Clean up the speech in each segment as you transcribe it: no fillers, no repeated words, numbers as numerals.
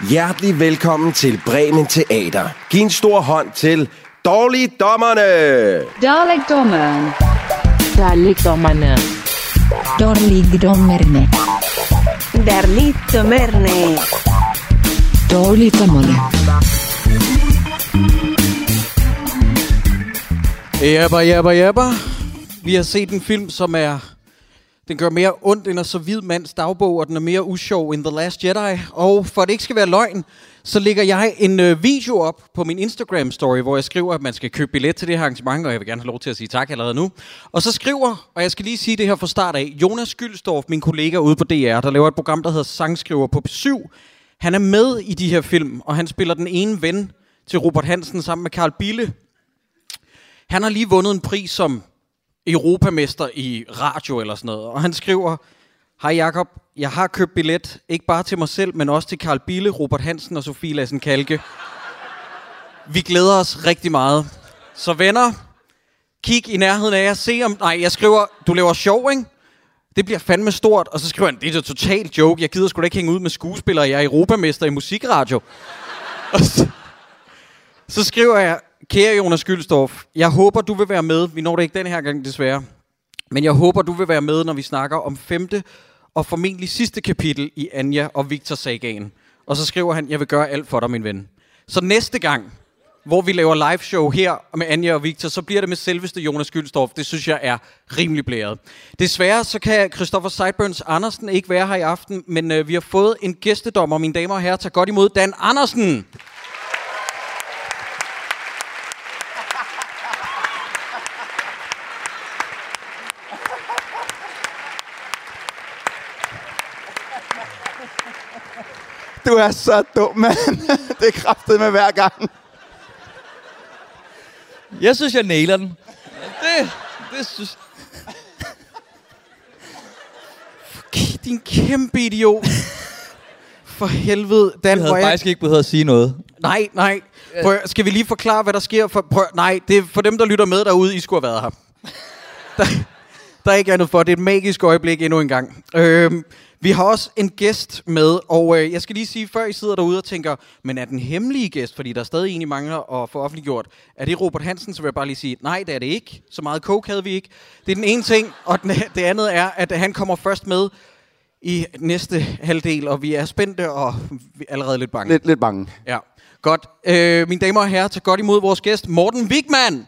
Hjertelig velkommen til Bremen Teater. Giv en stor hånd til Dårligdommerne. Dårligdommerne. Dårligdommerne. Dårligdommerne. Dårligdommerne. Dårligdommerne. Jabba. Vi har set en film, som den gør mere ondt end at så hvid mands dagbog, og den er mere usjov end The Last Jedi. Og for at det ikke skal være løgn, så lægger jeg en video op på min Instagram-story, hvor jeg skriver, at man skal købe billet til det her arrangement, og jeg vil gerne have lov til at sige tak allerede nu. Og så skriver, og jeg skal lige sige det her fra start af, Jonas Gyldstorff, min kollega ude på DR, der laver et program, der hedder Sangskriver på P7. Han er med i de her film, og han spiller den ene ven til Robert Hansen sammen med Carl Bille. Han har lige vundet en pris som europamester i radio eller sådan noget. Og han skriver: Hej Jakob, jeg har købt billet, ikke bare til mig selv, men også til Carl Bille, Robert Hansen og Sofie Lassen-Kalke. Vi glæder os rigtig meget. Så venner, kig i nærheden af jer, se om... Nej, jeg skriver, du laver sjov, ikke? Det bliver fandme stort. Og så skriver han, det er da totalt joke. Jeg gider sgu da ikke hænge ud med skuespillere. Jeg er europamester i musikradio. Og så skriver jeg: Kære Jonas Gyldstorff, jeg håber, du vil være med. Vi når det ikke den her gang, desværre. Men jeg håber, du vil være med, når vi snakker om 5. og formentlig sidste kapitel i Anja og Victor-sagaen. Og så skriver han: jeg vil gøre alt for dig, min ven. Så næste gang, hvor vi laver live show her med Anja og Victor, så bliver det med selveste Jonas Gyldstorff. Det synes jeg er rimelig blæret. Desværre så kan Christopher Sideburns Andersen ikke være her i aften, men vi har fået en gæstedommer, mine damer og herrer. Tag godt imod Dan Andersen. Du er så dum, mand. Det er kraftedeme hver gang. Jeg synes, jeg nailer den. Det synes... Din kæmpe idiot. For helvede. Dan, jeg havde faktisk ikke behøvet at sige noget. Nej. Prøv, skal vi lige forklare, hvad der sker? Nej, det er for dem, der lytter med derude. I skulle have været her. Der er ikke andet for. Det er et magisk øjeblik endnu en gang. Vi har også en gæst med, og jeg skal lige sige, før I sidder derude og tænker, men er den hemmelige gæst, fordi der stadig egentlig mangler at få offentliggjort, er det Robert Hansen, så vil jeg bare lige sige, nej, det er det ikke. Så meget coke havde vi ikke. Det er den ene ting, og det andet er, at han kommer først med i næste halvdel, og vi er spændte og vi er allerede lidt bange. Lidt bange. Ja, godt. Mine damer og herrer, tag godt imod vores gæst, Morten Wigman.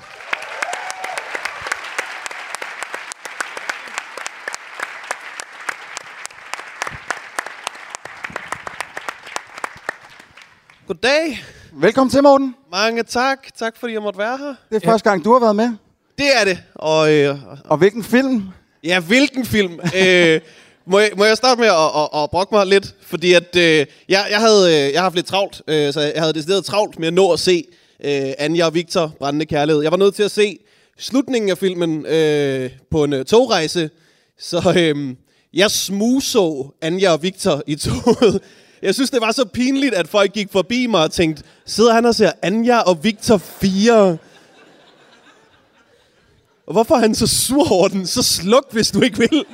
Goddag. Velkommen til, Morten. Mange tak. Tak fordi jeg måtte være her. Det er første gang, du har været med. Det er det. Og hvilken film? Ja, hvilken film? Må jeg starte med at brokke mig lidt? Fordi at jeg har haft lidt travlt, så jeg havde decideret travlt med at nå at se Anja og Victor, Brændende Kærlighed. Jeg var nødt til at se slutningen af filmen på en togrejse. Så jeg smugså Anja og Victor i toget. Jeg synes, det var så pinligt, at folk gik forbi mig og tænkte, sidder han og ser Anja og Victor 4? Og hvorfor er han så sur over den? Så sluk, hvis du ikke vil.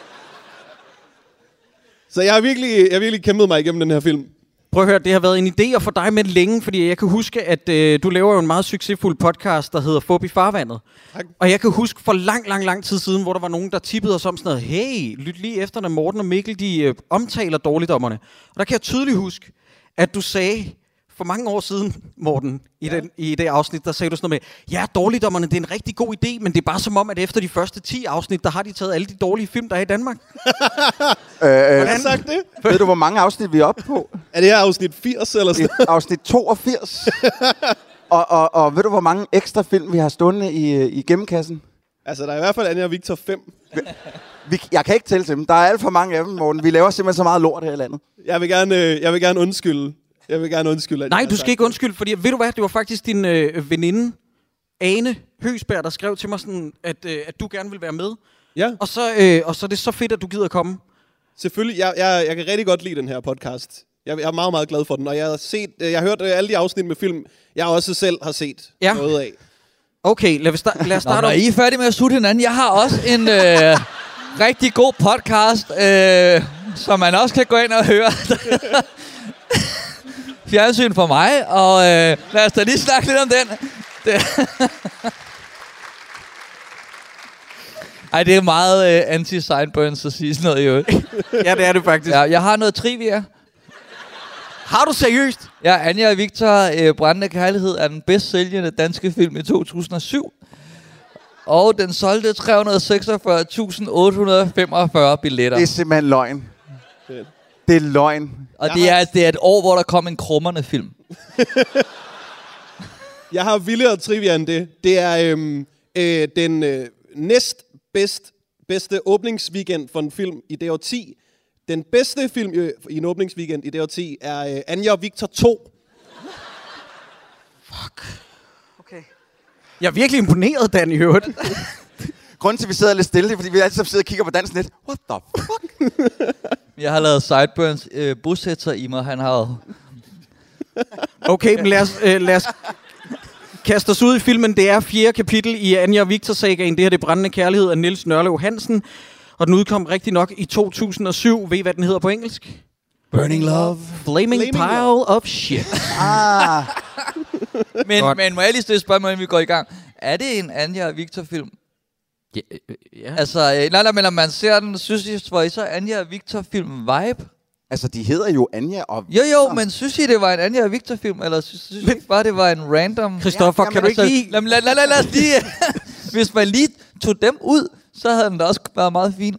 Så jeg har virkelig kæmpet mig igennem den her film. Prøv at høre, det har været en idé at få dig med længe, fordi jeg kan huske, at du laver jo en meget succesfuld podcast, der hedder Fup i Farvandet. Tak. Og jeg kan huske for lang tid siden, hvor der var nogen, der tippede os om sådan noget, hey, lyt lige efter, når Morten og Mikkel, de omtaler Dårligdommerne. Og der kan jeg tydeligt huske, at du sagde for mange år siden, Morten, i det afsnit, der sagde du sådan noget med, ja, Dårligdommerne, det er en rigtig god idé, men det er bare som om, at efter de første 10 afsnit, der har de taget alle de dårlige film, der er i Danmark. Hvordan har sagt det? Ved du, hvor mange afsnit vi er oppe på? Er det her afsnit 80 eller sådan? Afsnit 82. og ved du, hvor mange ekstra film vi har stående i gennemkassen? Altså, der er i hvert fald Anja og Victor 5. Jeg kan ikke tælle til dem. Der er alt for mange af dem, Morten. Vi laver simpelthen så meget lort her i landet. Jeg vil gerne undskylde. Nej, du skal ikke undskylde, fordi ved du hvad, det var faktisk din veninde, Ane Høgsberg, der skrev til mig sådan, at du gerne vil være med. Ja. Og så er det så fedt, at du gider komme. Selvfølgelig. Jeg kan rigtig godt lide den her podcast. Jeg er meget, meget glad for den, og jeg har hørt alle de afsnit med film, jeg også selv har set noget af. Okay, lad os starte. Når I er færdige med at sutte hinanden, jeg har også en rigtig god podcast. som man også kan gå ind og høre. Fjernsyn for mig, og lad os da lige snakke lidt om den. Ej, det er meget anti-sideburns at sige sådan noget i øvrigt. Ja, det er det faktisk. Ja, jeg har noget trivia. Har du seriøst? Ja, Anja og Viktor, Brændende Kærlighed er den bedst sælgende danske film i 2007. Og den solgte 346.845 billetter. Det er simpelthen løgn. Det er løgn. Og det er et år, hvor der kom en krummerne film. Jeg har vildere trivia end det. Det er den bedste åbningsweekend for en film i det årti. Den bedste film i en åbningsweekend i det årti er Anja og Viktor 2. Fuck. Okay. Jeg er virkelig imponeret, Dan, i øvrigt. Grunden til, at vi sidder lidt stille, fordi vi altid sidder og kigger på dansen lidt. What the fuck? Jeg har lavet sideburns. Bosætter i mig, han har... Okay, men lad os kaste os ud i filmen. Det er 4. kapitel i Anja og Viktor-sagaen. Det her det er Brændende Kærlighed af Niels Nørlev Hansen. Og den udkom rigtig nok i 2007. Ved I, hvad den hedder på engelsk? Burning Love. Flaming Pile of Shit. Men må jeg lige stille spørgsmål, inden vi går i gang? Er det en Anja og Viktor-film? Ja. Altså, når man ser den, synes I, hvor I så Anja og Viktor-film vibe? Altså, de hedder jo Anja og Viktor. Jo, men synes I, det var en Anja og Viktor-film? Eller synes I bare, det var en random... Christoffer, kan du ikke lige... Lad os lige... Hvis man lige tog dem ud, så havde den da også været meget fin.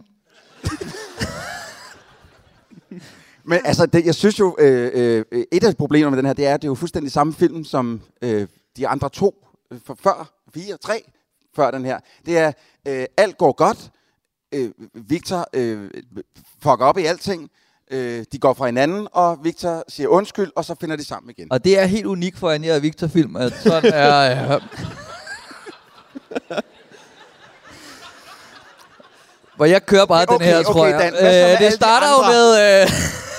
Men altså, jeg synes jo, et af problemerne med den her, det er, at det er jo fuldstændig samme film som de andre to, før, 4, 3, før den her. Det er, alt går godt, Viktor fucker op i alting, de går fra hinanden, og Viktor siger undskyld, og så finder de sammen igen. Og det er helt unikt for Anja og Viktor-film, at sådan er... Hvor jeg kører bare den her, tror jeg. Dan, det starter jo med...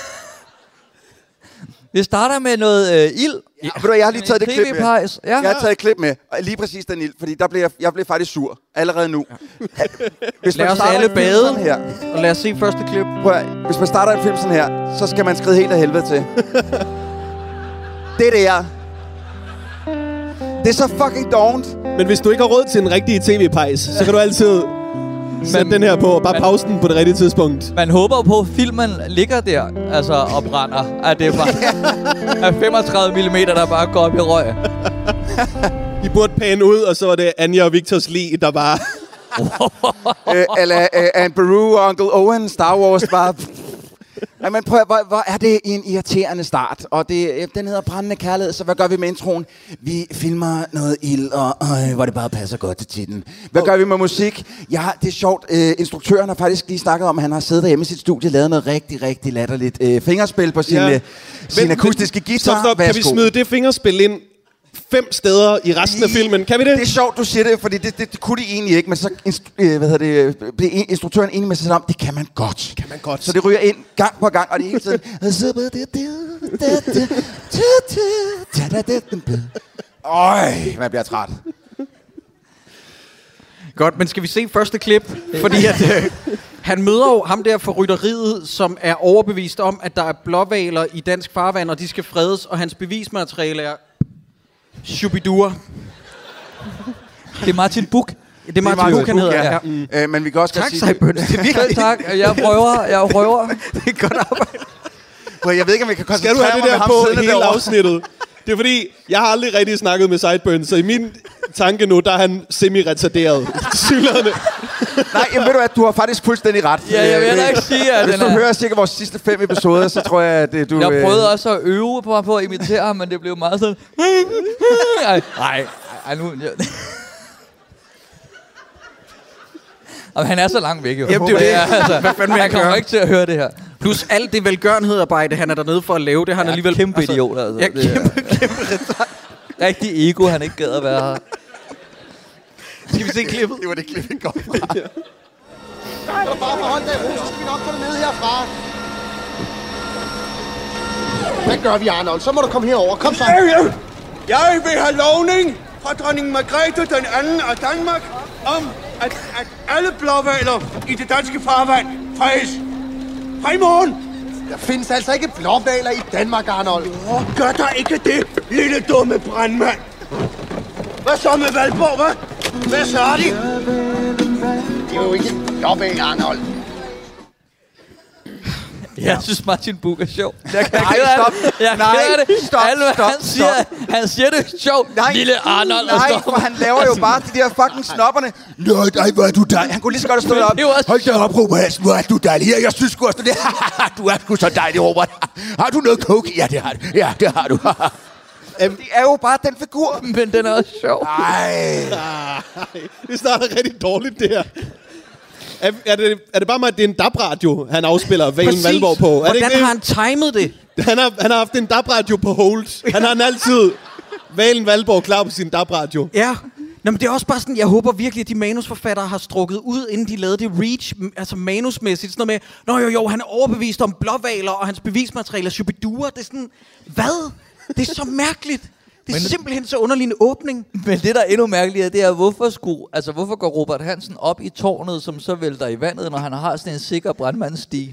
Det starter med noget ild. Ja, ved du, jeg har lige taget det klip med. Ja. Jeg har taget et klip med, lige præcis den ild, fordi jeg blev faktisk sur allerede nu. Hvis lad os alle bade, her, og lad os se første klip. Hvis man starter en film sådan her, så skal man skride helt af helvede til. Det der. Det er så fucking dovent. Men hvis du ikke har råd til en rigtig tv-pejs, så kan du altid sætte den her på, og bare pause den på det rigtige tidspunkt. Man håber på, at filmen ligger der, altså og brænder. At det er bare 35 mm, der bare går op i røg. De burde pæne ud, og så var det Anja og Viktors lig, der bare... Eller Aunt Beru og Uncle Owen, Star Wars, bare... Men prøv, hvor er det en irriterende start. Og den hedder Brændende Kærlighed, så hvad gør vi med introen? Vi filmer noget ild, og hvor det bare passer godt til titlen. Hvad gør vi med musik? Ja, det er sjovt. Instruktøren har faktisk lige snakket om, at han har siddet derhjemme i sit studie og lavet noget rigtig, rigtig latterligt fingerspil på sin akustiske guitar. Kan vi smide det fingerspil ind 5 steder i resten af filmen? Kan vi det? Det er sjovt, du siger det, fordi det kunne de egentlig ikke, men så blev instruktøren enig med sig om, det kan man godt. Kan man godt. Så det ryger ind gang på gang, og det hele tiden... Øj, man bliver træt. Godt, men skal vi se første klip? Fordi at, han møder jo ham der fra rytteriet, som er overbevist om, at der er blåhvaler i dansk farvand, og de skal fredes, og hans bevismateriale er... Shubidua. Det er Martin Buch. Det er Martin Buch, han hedder. Ja. Men vi kan også tak, sige... Sejbøns. Det er virkelig... Tak, jeg prøver. Det er godt arbejde. Jeg ved ikke, om vi kan koncentrere mig med Skal du have det der på hele derovre? Afsnittet? Det er fordi, jeg har aldrig rigtig snakket med Sideburns, så i min tanke nu, der er han semi-retarderet. Nej, ved du at du har faktisk fuldstændig ret. Ja, jeg vil ikke sige, at hvis du hører cirka vores sidste 5 episoder, så tror jeg, at du... Jeg prøvede også at øve på at imitere ham, men det blev meget sådan... Ej, nu... Han er så langt væk, jo. Jamen, det er altså, han kommer ikke til at høre det her. Plus alt det velgørenhedarbejde, han er dernede for at lave, det har han alligevel... Kæmpe idiot, altså. Ja, kæmpe rigtig ego, han ikke gad at være her. Skal vi se klippet? Det var det klip, vi går fra. Kan du bare forholde dig i ro, så skal vi nok få det ned herfra. Hvad gør vi, Arnold? Så må du komme herover. Kom så. Jeg vil have lovning fra dronning Margrethe den anden af Danmark om, at alle blåhvaler i det danske farvand fredes. Fra i morgen. Der findes altså ikke blåhvaler i Danmark, Arnold. Gør der ikke det, lille dumme brandmand. Hvad så med Valborg, hvad? Hvad så er de? Det er jo ikke blåhvaler, Arnold. Jeg synes, Martin Buch er sjov. Nej, stop. Stop. Han siger det er sjovt. Lille Arnold. Nej, for han laver jo bare de der fucking snopperne. Nej, hvor er du dejlig. Han kunne lige så godt have stået op. Hold da op, Robert. Hvor er du dejlig. Jeg synes sgu også, det. Du er sgu så dejlig, Robert. Har du noget coke? Ja, det har du. Ja, det har du. Det er jo bare den figur. Men den er også sjov. Nej. Det starter rigtig dårligt, det her. Er det bare mig, at det er en DAB-radio, han afspiller Valen Valborg på? Hvordan har han timet det? Han har haft en DAB-radio på hold. Han har altid Valen Valborg klar på sin DAB-radio. Ja. Nå, men det er også bare sådan, jeg håber virkelig, at de manusforfattere har strukket ud, inden de lavede det reach, altså manusmæssigt. Sådan noget med, han er overbevist om blåhvaler, og hans bevismateriale er Shubidua. Det er sådan, hvad? Det er så mærkeligt. Det er simpelthen så underlig en åbning. Men det, der er endnu mærkeligere, det er, hvorfor går Robert Hansen op i tårnet, som så vælter i vandet, når han har sådan en sikker brandmandsstige?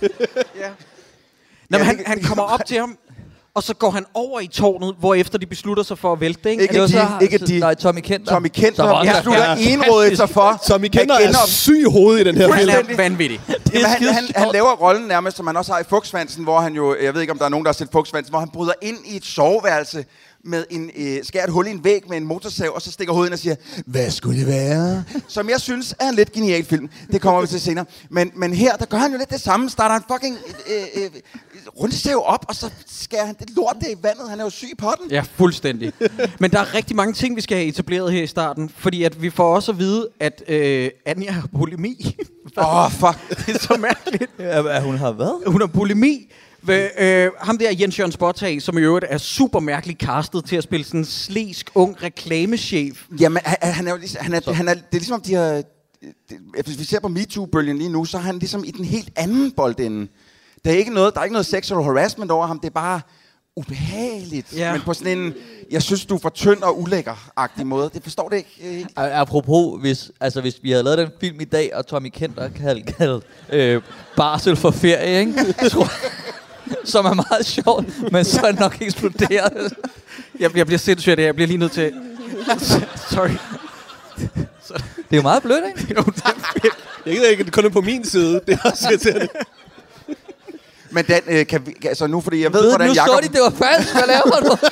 Nå, men han kommer op til ham, og så går han over i tårnet, hvorefter de beslutter sig for at vælte, ikke? Nej, Tommy Kenter. Tommy Kenter beslutter enrådet sig for. Tommy Kenter er syg i hovedet i den her film. Han er vanvittig. Han laver rollen nærmest, som han også har i Fugtsvansen, hvor han jo, jeg ved ikke, om der er nogen, der har set Fugtsvansen, hvor han bryder ind i et soveværelse med en skærer et hul i en væg med en motorsav, og så stikker hovedet ind og siger, hvad skulle det være? Som jeg synes er en lidt genial film. Det kommer vi til senere. Men her, der gør han jo lidt det samme. Starter han fucking rundsav op, og så skærer han det lort der i vandet. Han er jo syg i potten. Ja, fuldstændig. Men der er rigtig mange ting, vi skal have etableret her i starten. Fordi at vi får også at vide, at Anja har bulimi. Fuck. Det er så mærkeligt. Ja, hun har hvad? Hun har bulimi. Ham der Jens Jørgen Spottag, som i øvrigt er super mærkeligt castet til at spille sådan en slesk, ung reklamechef. Jamen, han er jo ligesom, det er ligesom, de har... Hvis vi ser på MeToo-bølgen lige nu, så er han ligesom i den helt anden boldende. Der er ikke noget sexual harassment over ham, det er bare ubehageligt. Ja. Men på sådan en, jeg synes, du er for tynd og ulækker-agtig måde. Det forstår det ikke. Apropos, hvis vi havde lavet den film i dag, og Tommy Kenter kaldt barsel for ferie, ikke? Som er meget sjovt, men så er det nok eksploderet. Jeg bliver sindssygt det. Jeg bliver lige nødt til... Sorry. Det er jo meget blødt, ikke? Jo, det er fedt. Jeg ved ikke, det kun er på min side. Det er også irriterende. Men Dan, kan vi... Altså nu, fordi jeg ved, hvordan nu Jacob... Nu så de, det var falsk. Hvad laver du?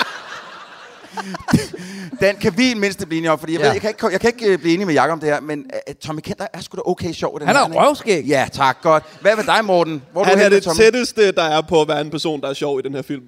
Dan, kan vi mindst blive enige om? Fordi jeg kan ikke blive enig med Jacob om det her, men Tommy Kenter er sgu da okay sjov. Han er røvskæg. Ja, tak, godt. Hvad med dig, Morten? Han er det tætteste, der er på at være en person, der er sjov i den her film.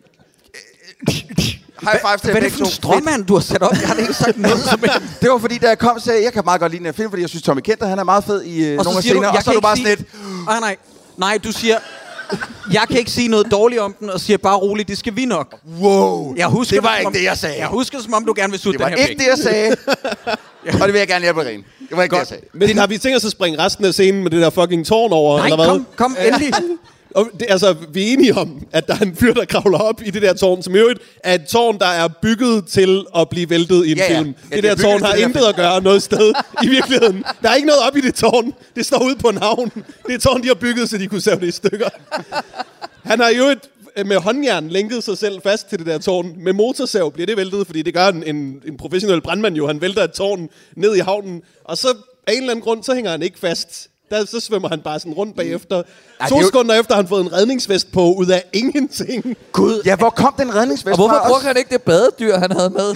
High five til hvad er det for en stråmand, du har sat op? Jeg har ikke sagt noget som det var fordi, da jeg kom, sagde jeg kan meget godt lide den her film, fordi jeg synes, Tommy Kenter, han er meget fed i nogle af scener. Og så er du bare sådan lidt... Nej, du siger... Jeg kan ikke sige noget dårligt om den, og siger bare roligt, det skal vi nok. Wow, jeg husker, det var ikke det, jeg sagde. Jeg husker, som om du gerne vil sutte den her væk. Det var ikke det, jeg sagde. Og det vil jeg gerne hjælpe at rene. Det var ikke godt. Det, jeg sagde. Men har vi tænkt os at springe resten af scenen med det der fucking tårn over, nej, eller hvad? Kom endelig. Og det, altså, vi er enige om, at der er en fyr, der kravler op i det der tårn, som i øvrigt er et tårn, der er bygget til at blive væltet i en film. Ja, det der tårn har intet at gøre noget sted i virkeligheden. Der er ikke noget op i det tårn. Det står ude på en havn. Det er et tårn, de har bygget, så de kunne save det i stykker. Han har jo med håndjern lænket sig selv fast til det der tårn. Med motorsav bliver det væltet, fordi det gør en professionel brandmand jo. Han vælter et tårn ned i havnen, og så af en eller anden grund, så hænger han ikke fast. Så svømmer han bare sådan rundt bagefter. 2 sekunder efter har han fået en redningsvest på ud af ingenting. Gud, ja, hvor kom den redningsvest fra? Og hvorfor brugte han ikke det badedyr, han havde med?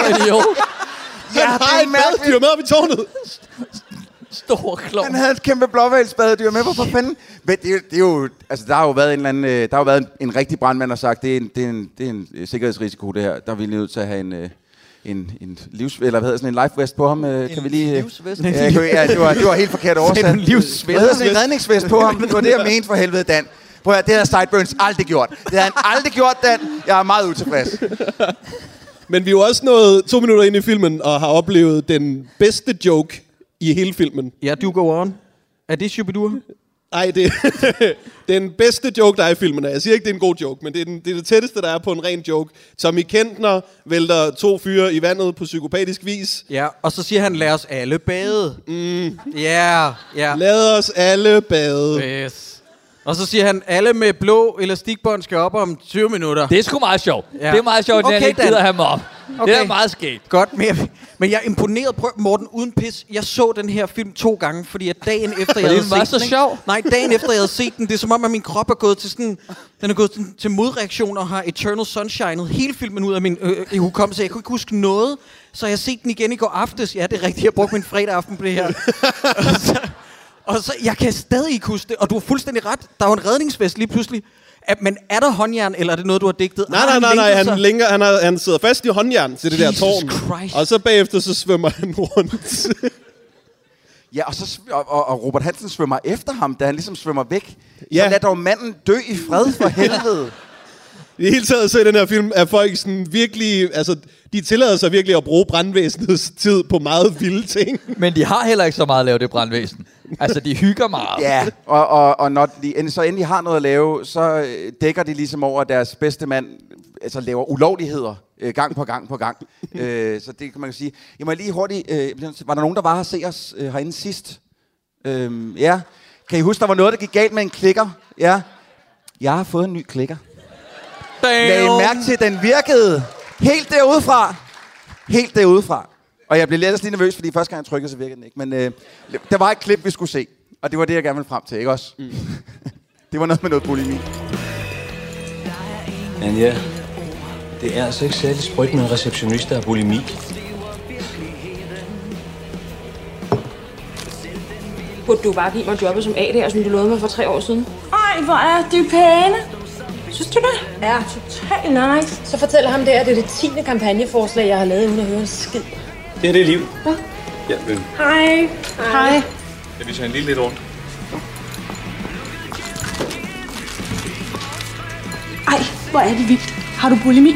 Han har et badedyr med op i tårnet. Stor klog. Han havde et kæmpe blåhvalsbadedyr med. Hvorfor fanden? Men det er jo, altså der har jo været der har været en rigtig brandmand, der har sagt, det er en sikkerhedsrisiko det her. Der er vi nødt til at have en livsvest, eller hvad hedder sådan en lifevest på ham. Kan vi lige... livsvest? Ja, det var helt forkert oversat. En livsvest. Hvad hedder sådan en redningsvest på ham? Det var det, jeg mente for helvede, Dan. Prøv at det har Sideburns aldrig gjort. Det har han aldrig gjort, Dan. Jeg er meget utilfreds. Men vi er jo også nået 2 minutter ind i filmen og har oplevet den bedste joke i hele filmen. Ja, du go on. Er det Shubidua? Nej, det den bedste joke, der er i filmen. Jeg siger ikke, det er en god joke, men det er det tætteste, der er på en ren joke. Tommy Kentner vælter 2 fyre i vandet på psykopatisk vis. Ja, og så siger han, lad os alle bade. Ja. Lad os alle bade. Yes. Og så siger han, alle med blå elastikbånd skal op om 20 minutter. Det er sgu meget sjovt. Ja. Det er meget sjovt, at jeg ikke gider have mig op. Okay. Det er meget skægt. Godt, men jeg er imponeret. Prøv, Morten, uden pis. Jeg så den her film 2 gange, fordi at dagen efter, jeg havde set den... var så sjov. Nej, dagen efter, jeg havde set den, det er som om, at min krop er gået til sådan... Den er gået til modreaktion og har Eternal Sunshine'et hele filmen ud af min hukommelse. Jeg kunne ikke huske noget, så jeg har set den igen i går aftes. Ja, det er rigtigt. Jeg brugte min fredag aften på det her. Og så, jeg kan stadig ikke huske det, og du har fuldstændig ret. Der er jo en redningsvest lige pludselig. Men er der håndjern, eller er det noget, du har digtet? Nej. Han sidder fast i håndjern til det der tårn. Christ. Og så bagefter, så svømmer han rundt. Ja, og Robert Hansen svømmer efter ham, da han ligesom svømmer væk. Ja. Så lad dog manden dø i fred for helvede. I det hele taget så i den her film er folk sådan virkelig... Altså, de tillader sig virkelig at bruge brandvæsenets tid på meget vilde ting. Men de har heller ikke så meget at lave, det brandvæsen. Altså, de hygger meget. Ja, og når de så endelig har noget at lave, så dækker de ligesom over, at deres bedste mand altså, laver ulovligheder gang på gang. Så det kan man jo sige. Jeg må lige hurtigt... var der nogen, der var her og se os herinde sidst? Ja. Kan I huske, der var noget, der gik galt med en klikker? Ja. Jeg har fået en ny klikker. Lad I mærke til, at den virkede helt derudefra. Og jeg blev lidt nervøs, fordi første gang jeg trykkede, så virkede den ikke. Men der var et klip, vi skulle se. Og det var det, jeg gerne ville frem til, ikke også? Mm. Det var noget med noget bulimi. Men ja, det er altså ikke særlig sprødt med en receptionist, der har bulimi. Burde du bare give mig jobbet som AD'er, som du lovede mig for 3 år siden? Ej, hvor er de pæne! Synes du det? Ja, totalt nice. Så fortæl ham det, at det er det 10. kampagneforslag, jeg har lavet, uden at høre en skid. Det er det liv. Hvad? Ja, vel. Hej. Hej. Jeg viser en lidt rundt. Ej, hvor er det vildt. Har du bulimi?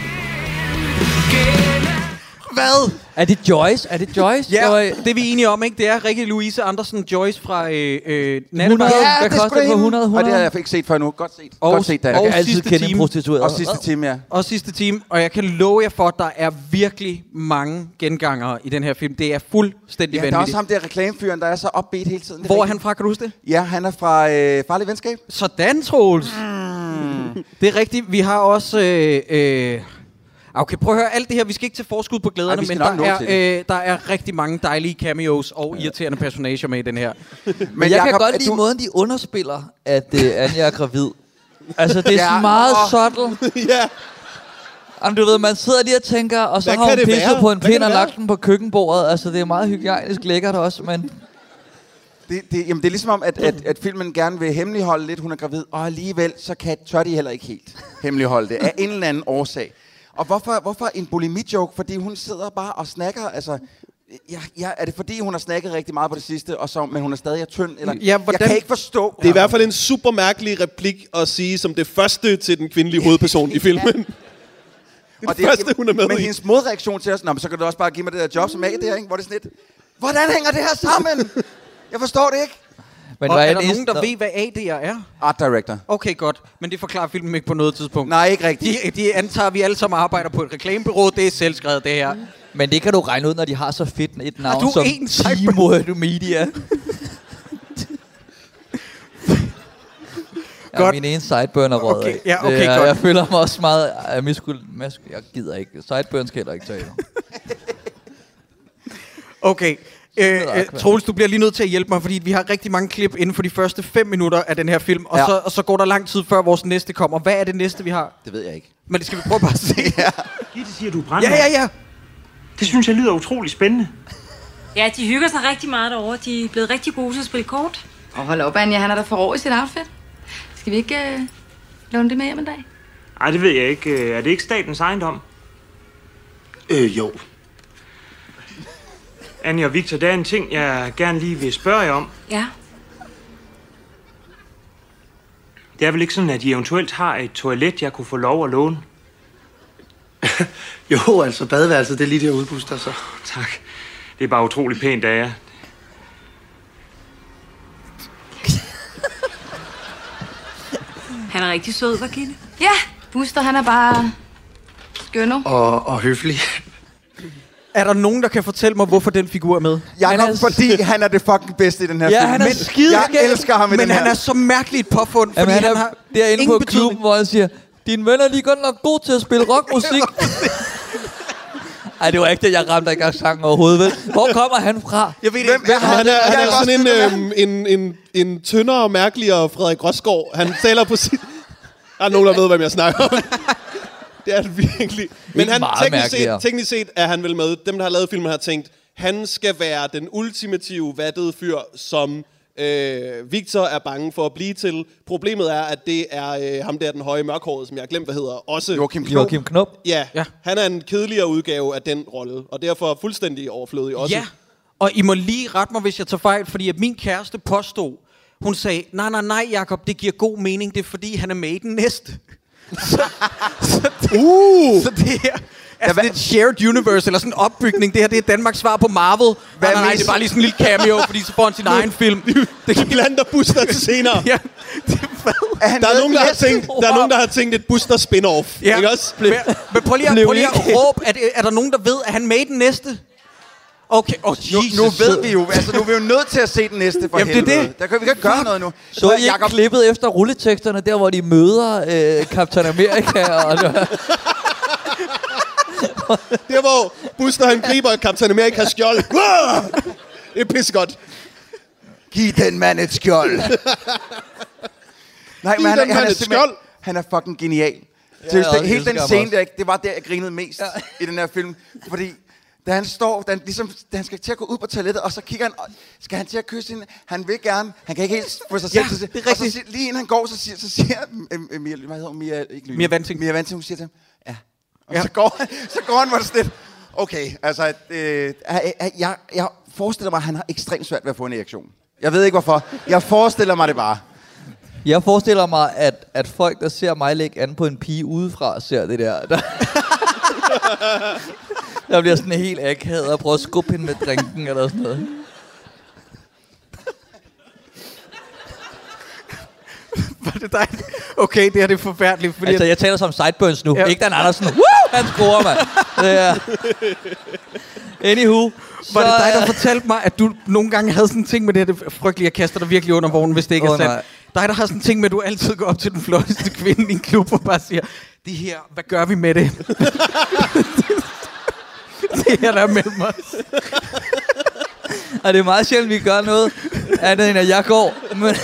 Hvad? Er det Joyce? Ja, det er vi enige om, ikke? Det er Rikke Louise Andersen Joyce fra Nattevagt. Hvad koster det på 100? Og det har jeg ikke set før nu. Godt set. Og Dan. Jeg kan altid kende en prostitueret. Og sidste time, ja. Og sidste time. Og jeg kan love jer for, at der er virkelig mange gengangere i den her film. Det er fuldstændig vanvittigt. Der er også ham der reklamefyren, der er så upbeat hele tiden. Hvor er han fra, kan du huske det? Ja, han er fra Farlig Venskab. Sådan, Troels. Det er rigtigt. Vi har også... Okay, prøv at høre alt det her. Vi skal ikke til forskud på glæderne, men der er rigtig mange dejlige cameos og irriterende personager med i den her. Men jeg kan godt lide måden, de underspiller, at Anja er gravid. Altså, det er meget subtle. Ja. Jamen, du ved, man sidder lige og tænker, og så har hun pisset på en pind og lagt den på køkkenbordet. Altså, det er meget hygiejnisk lækkert også, men... Jamen, det er ligesom om, at filmen gerne vil hemmeligholde lidt, hun er gravid, og alligevel så tør de heller ikke helt hemmeligholde det, af en eller anden årsag. Og hvorfor en bulimi-joke? Fordi hun sidder bare og snakker, altså... er det fordi, hun har snakket rigtig meget på det sidste, men hun er stadig tynd? Eller? Ja, jeg kan ikke forstå. Det er i hvert fald en super mærkelig replik at sige som det første til den kvindelige hovedperson i filmen. Og det første, hun er med. Men hendes modreaktion til os, så kan du også bare give mig det der job som AD'er, ikke? Hvor det er sådan lidt, hvordan hænger det her sammen? Jeg forstår det ikke. Men og er der nogen, der ved, hvad AD'er er? Art director. Okay, godt. Men det forklarer filmen ikke på noget tidspunkt. Nej, ikke rigtigt. De antager, at vi alle sammen arbejder på et reklamebureau. Det er selvskrevet, det her. Men det kan du regne ud, når de har så fedt et navn som Team Media. Ja, min ene sideburn er rød af. Ja, okay, godt. Jeg føler mig også meget... Jeg gider ikke. Sideburn skal heller ikke tage. Okay. Troels, du bliver lige nødt til at hjælpe mig, fordi vi har rigtig mange klip inden for de første 5 minutter af den her film, og så går der lang tid før vores næste kommer. Hvad er det næste, vi har? Det ved jeg ikke. Men det skal vi prøve bare at se. Gitte siger, du er brandmand. Ja. Det synes jeg lyder utrolig spændende. Ja, de hygger sig rigtig meget derovre. De er blevet rigtig gode til at spille kort. Og hold op, Anja, han er der for år i sit outfit. Skal vi ikke låne det med hjem en dag? Nej, det ved jeg ikke. Er det ikke statens ejendom? Jo. Anja og Victor, der er en ting, jeg gerne lige vil spørge jer om. Ja. Det er vel ikke sådan, at I eventuelt har et toilet, jeg kunne få lov at låne? Jo, altså badeværelset, det er lige der udbuster, så. Tak. Det er bare utrolig pænt af jer. Han er rigtig sød, var Gitte? Ja, Buster, han er bare skønner. Og høflig. Er der nogen, der kan fortælle mig, hvorfor den figur er med? Fordi han er det fucking bedste i den her Ja, film. han er skidegalt. Jeg elsker ham i den her. Men han er så mærkeligt påfund, fordi Jamen, han har derinde på klubben, hvor han siger, dine venner, de er godt nok gode til at spille rockmusik. Ej, det var ikke det, jeg ramte ikke engang sangen overhovedet, vel? Hvor kommer han fra? Jeg ved ikke. Han er sådan en tyndere og mærkeligere Frederik Rosgaard. Han taler på sit... Der er nogen, der ved, hvem jeg snakker om. Det er det virkelig. Men han, teknisk set er han vel med. Dem, der har lavet filmen, har tænkt, han skal være den ultimative vattede fyr, som Victor er bange for at blive til. Problemet er, at det er ham der, den høje mørkhårede, som jeg har glemt, hvad hedder. Også Joachim Knop. Ja, han er en kedeligere udgave af den rolle, og derfor fuldstændig overflødig også. Ja, og I må lige rette mig, hvis jeg tager fejl, fordi at min kæreste påstod, hun sagde, nej, Jacob, det giver god mening, det er fordi, han er med i den næste. Så det her er sådan et shared universe, eller sådan en opbygning. Det her, det er Danmarks svar på Marvel. Nej, det er bare lige sådan en lille cameo, fordi så får han sin egen film. Det kan lander Buster til senere. Ja, der er nogen, der har tænkt et Buster spin-off. Ja. Ikke også? Men prøv lige at råbe, er der nogen, der ved, at han er med i den næste? Okay, nu ved vi jo, altså nu er vi jo nødt til at se den næste for helvede. Det er det. Der kan vi ikke gøre noget nu. Så I ikke klippet efter rulleteksterne, der hvor de møder Captain America og... Der hvor Buster han griber Captain Amerikas skjold. Det er pissegodt. Giv den mand et skjold. Nej, men han er fucking genial. Ja, hele den scene der, det var der, jeg grinede mest i den her film. Fordi da han står, da han skal til at gå ud på toilettet, og så kigger han, skal han til at kysse hende? Han vil gerne, han kan ikke helt få sig selv til det. Og så lige inden han går, så siger Mia Wanting, hun siger til ham, ja. Og så går han, hvor det sådan lidt, okay, altså, jeg forestiller mig, at han har ekstremt svært ved at få en erektion. Jeg ved ikke hvorfor. Jeg forestiller mig det bare. Jeg forestiller mig, at folk, der ser mig lægge an på en pige udefra, ser det der. Der bliver sådan helt akavet og prøver at skubbe hende med drinken eller sådan noget. Var det dig? Okay, det her det er forfærdeligt. Fordi altså, jeg taler som sideburns nu. Ja. Ikke Dan Andersen. Han scorer, mand. Anywho. Var det dig, der fortalte mig, at du nogle gange havde sådan en ting med det her, det frygtelige, jeg kaster dig virkelig under vognen, hvis det ikke er sandt. Dig, der har sådan en ting med, at du altid går op til den flotteste kvinde i en klub og bare siger, det her, hvad gør vi med det? Det her, der er mellem os. Og det er meget sjældent, vi gør noget andet, end at jeg går. Men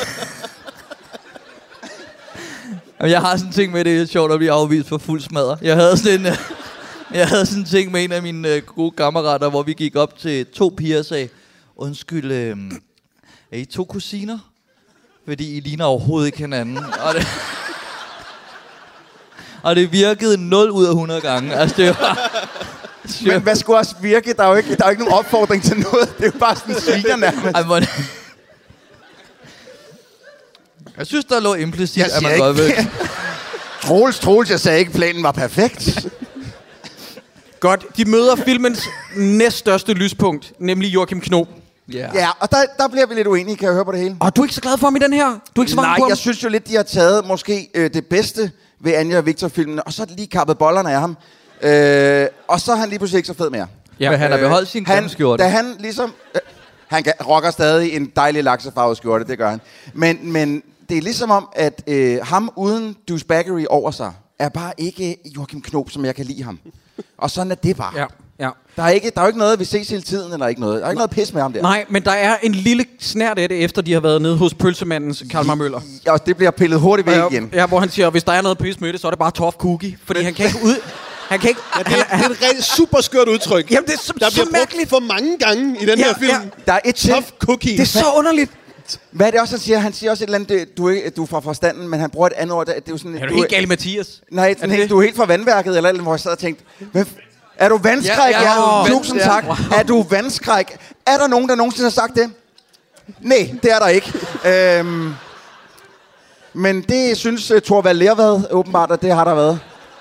jeg har sådan en ting med, det er sjovt at blive afvist for fuld smadre. Jeg havde sådan en ting med en af mine gode kammerater, hvor vi gik op til 2 piger og sagde, undskyld, er I 2 kusiner? Fordi I ligner overhovedet ikke hinanden. Og det virkede 0 ud af 100 gange. Altså, det var... Men hvad skulle også virke? Der er jo ikke nogen opfordring til noget. Det er jo bare sådan en sviner nærmest. Jeg synes, der lå implicit, at man godt ved. Troels, jeg sagde ikke, planen var perfekt. Godt, de møder filmens næststørste lyspunkt, nemlig Joachim Knop. Yeah. Ja, og der bliver vi lidt uenige, kan jeg høre på det hele. Og du er ikke så glad for ham i den her? Du er ikke så Nej, på jeg synes jo lidt, de har taget måske det bedste ved Anja og Victor-filmene, og så lige kappet bollerne af ham. Og så er han lige pludselig ikke så fed mere. Ja. Men han har beholdt sin skjorte. Da han ligesom... han rocker stadig en dejlig laksefarvet skjorte, det gør han. Men det er ligesom om, at ham uden douchebaggery over sig, er bare ikke Joachim Knop, som jeg kan lide ham. Og sådan er det bare. Ja. Der er jo ikke noget, vi ses hele tiden, eller ikke noget. Der er ikke noget pis med ham der. Nej, men der er en lille snært af det, efter de har været nede hos pølsemandens Kalmar Møller. Ja, og det bliver pillet hurtigt væk igen. Ja, hvor han siger, hvis der er noget pis med det, så er det bare tough cookie. Fordi han kan ikke ud... Han kan ikke... Ja, det er et rigtig super skørt udtryk. Jamen, det er der bliver brugt for mange gange i den her film. Ja. Der er et tough cookie. Det er så underligt. Hvad er det også, han siger? Han siger også et eller andet, du er fra forstanden, men han bruger et andet ord. Det er jo sådan... Er du helt gal, Mathias? Nej, du er helt fra vandværket, eller hvor jeg sad og tænkte... Er du vandskræk? Ja, tusind tak. Wow. Er du vandskræk? Er der nogen, der nogensinde har sagt det? Nej, det er der ikke. Men det synes Thorvald Lervad åbenbart, at det har der været.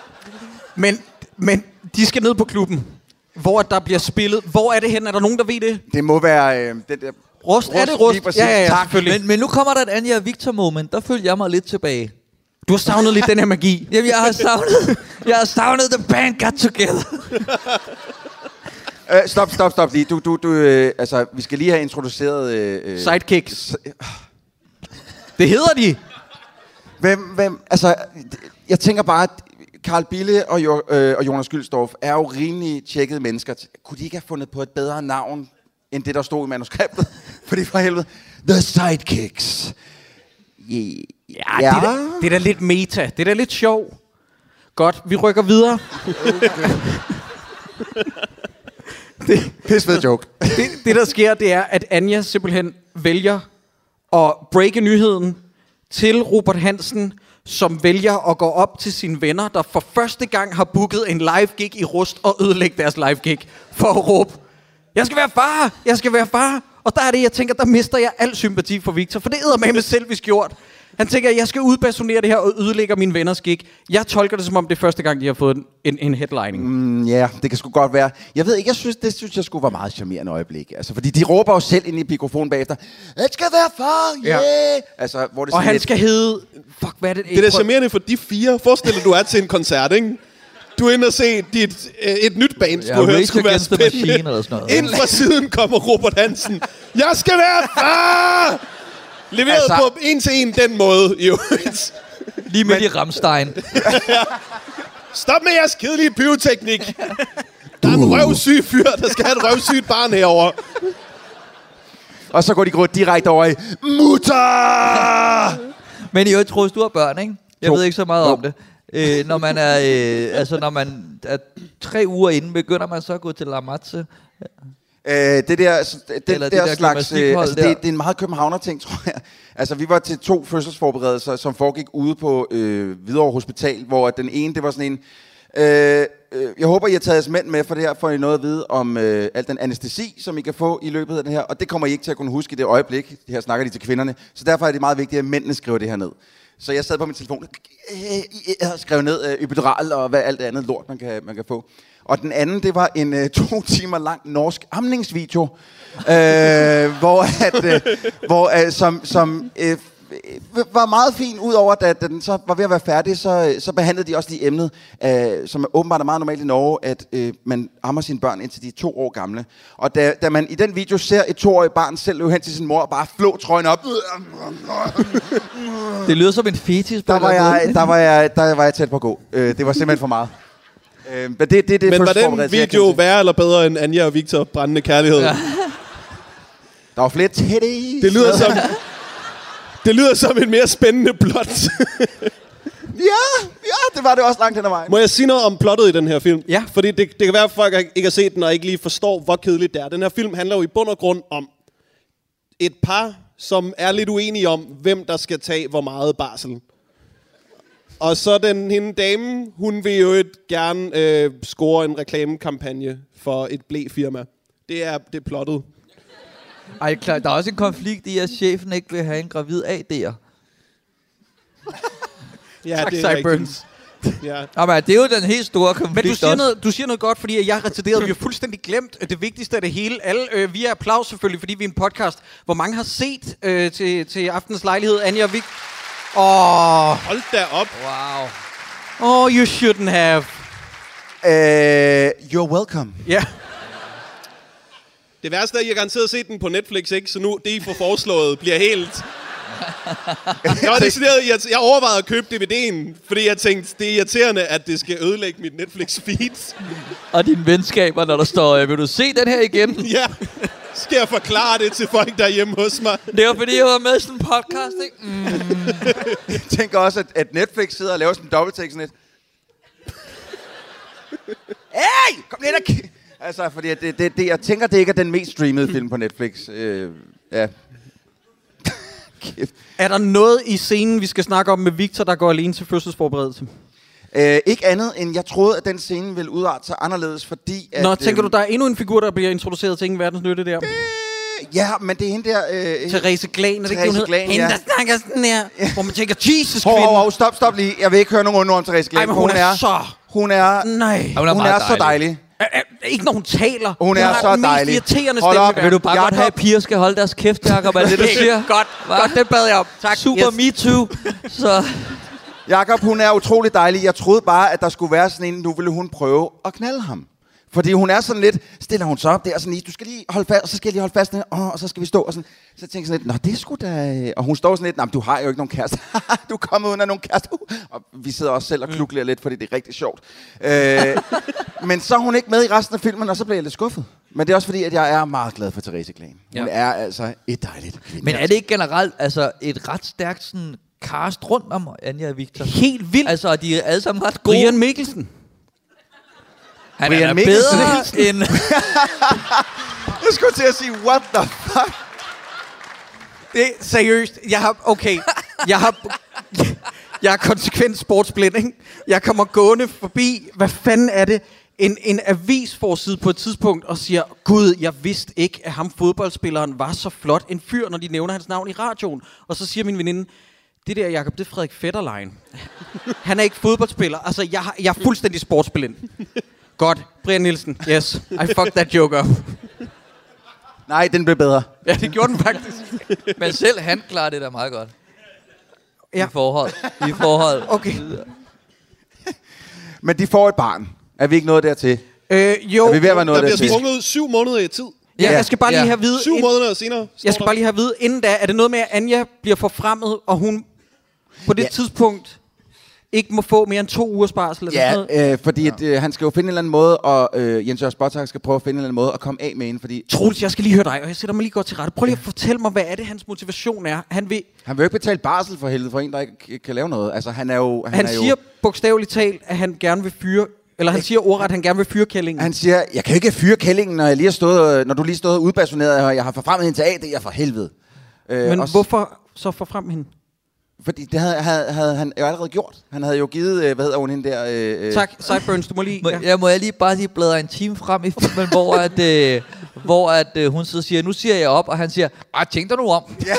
Men de skal ned på klubben, hvor der bliver spillet. Hvor er det hen? Er der nogen, der ved det? Det må være... det der Rust. Er det Rust? Ja, tak. Men nu kommer der et Anja og Victor moment. Der følger jeg mig lidt tilbage. Du har savnet lidt den her magi. Jamen, jeg har savnet The Band Got Together. Stop lige. Altså, vi skal lige have introduceret... Sidekicks. Det hedder de. Hvem? Altså, jeg tænker bare, at Carl Bille og Jonas Gyldstorff er jo rimelig tjekkede mennesker. Kunne de ikke have fundet på et bedre navn, end det, der stod i manuskriptet? Fordi for helvede, The Sidekicks. Ja. Det er da lidt meta. Det er da lidt sjov. Godt, vi rykker videre. Pissfed joke. Det, der sker, det er, at Anja simpelthen vælger at breake nyheden til Robert Hansen, som vælger at gå op til sine venner, der for første gang har booket en live gig i Rust og ødelægge deres live gig for at råbe, jeg skal være far. Og der er det, jeg tænker, der mister jeg al sympati for Victor, for det æder med selvisk gjort. Han tænker, jeg skal udpersonere det her og ødelægger mine venners gig. Jeg tolker det som om det er første gang, de har fået en headlining. Ja, det kan sgu godt være. Jeg ved ikke, det synes jeg skulle være meget charmerende øjeblik. Altså, fordi de råber jo selv ind i mikrofonen bagefter, det skal være far, yeah! Ja. Altså, hvor det og han skal hedde... Fuck, hvad er det? Det er charmerende for de fire. Forestil dig, du er til en koncert, ikke? Du er inde og se et nyt band, du har hørt skulle være spændende. Eller sådan noget. Ind fra siden kommer Robert Hansen. Jeg skal være far! Leveret altså, på en til en den måde, jo. Lige med i Rammstein. Stop med jeres kedelige pyroteknik. Der er en røvsyg fyr, der skal have et røvsygt barn herovre. Og så går de direkte over i mutter! Men i øvrigt, Troels, du har børn, ikke? Jeg ved ikke så meget om det. Når man er, når man er 3 uger inde, begynder man så at gå til La Matze? Det der slags... det er en meget københavner-ting, tror jeg. Altså, vi var til 2 fødselsforberedelser, som foregik ude på Hvidovre Hospital, hvor den ene, det var sådan en... jeg håber, I har taget jeres mænd med, for det her får I noget at vide om al den anæstesi, som I kan få i løbet af det her. Og det kommer I ikke til at kunne huske i det øjeblik. Det her snakker de til kvinderne. Så derfor er det meget vigtigt, at mændene skriver det her ned. Så jeg sad på min telefon og skrev ned epidural og hvad alt det andet lort, man kan få. Og den anden, det var en 2 timer lang norsk amningsvideo, som var meget fin, udover at den så var ved at være færdig, så behandlede de også de emnet, som åbenbart er meget normalt i Norge, at man ammer sine børn indtil de er 2 år gamle. Og da man i den video ser et 2-årigt barn selv løbe hen til sin mor og bare flå trøjen op. Det lyder som en fetis. Der var jeg tæt på at gå. Det var simpelthen for meget. Men var den video værre eller bedre end Anja og Victor brændende kærlighed? Ja. Der var flere titties. Det lyder som en mere spændende plot. ja, det var det også langt hen ad vejen. Må jeg sige noget om plottet i den her film? Ja. Fordi det kan være, at folk ikke har set den og ikke lige forstår, hvor kedeligt det er. Den her film handler jo i bund og grund om et par, som er lidt uenige om, hvem der skal tage hvor meget barsel. Og så hende dame, hun vil jo gerne score en reklamekampagne for et blæfirma. Det er plottet. Ej, klar, der er også en konflikt i, at chefen ikke vil have en gravid AD'er. Ja, tak, det er Sideburns. Ja. Jamen, det er jo den helt store konflikt. Men du siger noget godt, fordi jeg er retarderet. Vi har fuldstændig glemt det vigtigste af det hele. Alle via applaus selvfølgelig, fordi vi er en podcast, hvor mange har set til aftens lejlighed, Anja og Vik. Hold da op. Wow. You shouldn't have. You're welcome. Ja. Yeah. Det værste er, at I har garanteret set den på Netflix, ikke? Så nu, det I får foreslået, bliver helt... Jeg overvejede at købe DVD'en, fordi jeg tænkte, det er irriterende, at det skal ødelægge mit Netflix-feed. Og dine venskaber, når der står, vil du se den her igen? Ja, skal jeg forklare det til folk, der er hjemme hos mig? Det var fordi, jeg var med i sådan en podcast, ikke? Jeg tænker også, at Netflix sidder og laver sådan en dobbelttekst sådan lidt. Hey! Kom lidt og altså, fordi jeg tænker, det ikke er den mest streamede film på Netflix. Ja. Er der noget i scenen, vi skal snakke om med Victor, der går alene til fødselsforberedelse? Ikke andet end, jeg troede, at den scene ville udarte sig anderledes, fordi at... Nå, tænker du, der er endnu en figur, der bliver introduceret til ingen verdens nytte der? Ja, men det er hende der... Therese Glan, er det ikke Therese Glan, hende, der snakker sådan her, hvor man tænker, Jesus, kvinde. Stop lige. Jeg vil ikke høre nogen om Therese Glan. Ej, men hun er så... Hun er så dejlig. Ikke når hun taler. Hun er så dejlig. Irriterende stemme. Vil du bare godt have, at piger skal holde deres kæft, Jacob? Er det, du siger? Godt, det bad jeg om. Tak. Super, me too. Så... Jacob, hun er utrolig dejlig. Jeg troede bare, at der skulle være sådan en, nu ville hun prøve at knalde ham. Fordi hun er sådan lidt, stiller hun så op der, sådan, du skal lige holde fast, og så skal jeg lige holde fast, og så skal vi stå, og sådan. Så tænker jeg sådan lidt, nå, det er sgu da... Og hun står sådan lidt, nej, du har jo ikke nogen kæreste. Du er kommet uden af nogen kæreste. Og vi sidder også selv og klukler lidt, fordi det er rigtig sjovt. Men så er hun ikke med i resten af filmen, og så bliver jeg lidt skuffet. Men det er også fordi, at jeg er meget glad for Therese Klan. Hun er altså et dejligt kvinde. Men er det ikke generelt altså et ret stærkt sådan, cast rundt om Anja og Victor? Helt vildt. Altså, de er alle sammen ret gode. Brian Mikkelsen. Han er bedre end... Jeg skulle til at sige, what the fuck? Det er seriøst. Jeg er konsekvent sportsblind, ikke? Jeg kommer gående forbi, hvad fanden er det? En avisforside på et tidspunkt og siger, Gud, jeg vidste ikke, at ham fodboldspilleren var så flot en fyr, når de nævner hans navn i radioen. Og så siger min veninde, det der, Jacob, det er Frederik Fetterlein. Han er ikke fodboldspiller. Altså, jeg er fuldstændig sportsblind. Godt. Brian Nielsen. Yes. I fucked that joke up. Nej, den blev bedre. Ja, det gjorde den faktisk. Men selv han klarer det da meget godt. Ja. I forhold. Okay. Men de får et barn. Er vi ikke nået dertil? Jo. Er vi ved at være nået der dertil? bliver sprunget 7 måneder i tid. Ja, jeg skal bare lige have at vide... 7 måneder senere. Jeg skal bare lige have at vide, inden da, er det noget med, at Anja bliver forfremmet, og hun på det tidspunkt ikke må få mere end 2 ugers barsel? Eller sådan noget? Fordi at, han skal jo finde en eller anden måde, og Jens Jørgen Spottag skal prøve at finde en eller anden måde at komme af med hende, fordi... Troels, jeg skal lige høre dig, og jeg sætter mig lige godt til rette. Prøv lige at fortælle mig, hvad er det, hans motivation er? Han vil jo ikke betale barsel for helvede for en, der ikke kan lave noget. Altså, han siger bogstaveligt talt, at han gerne vil fyre... Eller han siger ordret, at han gerne vil fyre kællingen. Han siger, jeg kan jo ikke fyre kællingen, når du lige stået udbasuneret, og jeg har forfremmet hende til AD, jeg for helvede. Men hvorfor så forfremme hende? Fordi det havde han jo allerede gjort. Han havde jo givet, hvad hedder hun hende der? Tak, Sideburns, du må lige... Må jeg lige bare bladre en time frem i filmen, hvor hun så siger, nu siger jeg op, og han siger, tænk dig nu om. Ja.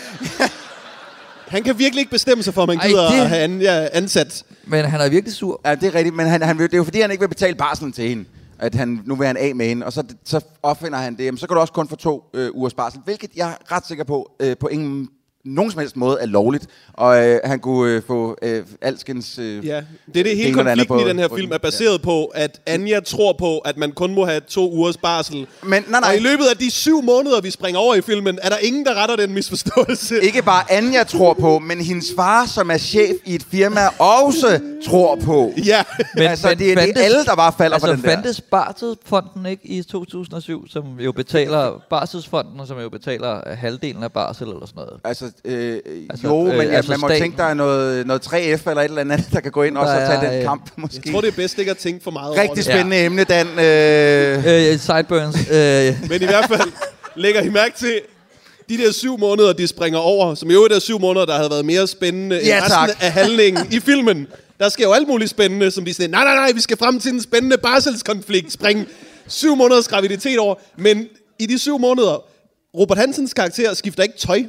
Han kan virkelig ikke bestemme sig for, at man gider at have ansat. Men han er virkelig sur. Ja, det er rigtigt, men det er jo fordi, han ikke vil betale barselen til hende. At nu vil han af med hende, og så opfinder han det. Jamen, så kan du også kun få 2 ugers barsel, hvilket jeg er ret sikker på nogen som helst måde er lovligt, og han kunne få alskens... Ja, det er det hele konflikten i den her film er baseret på, at Anja tror på, at man kun må have 2 ugers barsel. Men nej. Og i løbet af de 7 måneder, vi springer over i filmen, er der ingen, der retter den misforståelse. Ikke bare Anja tror på, men hendes far, som er chef i et firma, også tror på. Ja. Men det er alle, der bare falder for den der. Fandtes Barselsfonden ikke i 2007, som jo betaler Barselsfonden, som jo betaler halvdelen af barsel eller sådan noget? Man må tænke, der er noget 3F eller et eller andet, der kan gå ind og tage den kamp, måske. Jeg tror, det er bedst ikke at tænke for meget over det. Rigtig spændende emne, Dan. Sideburns. Men i hvert fald lægger I mærke til, de der 7 måneder, de springer over, som jo er 7 måneder, der havde været mere spændende end resten af handlingen i filmen. Der sker jo alt muligt spændende, som de siger, nej, vi skal frem til en spændende barselskonflikt, springe 7 måneders graviditet over. Men i de 7 måneder, Robert Hansens karakter skifter ikke tøj.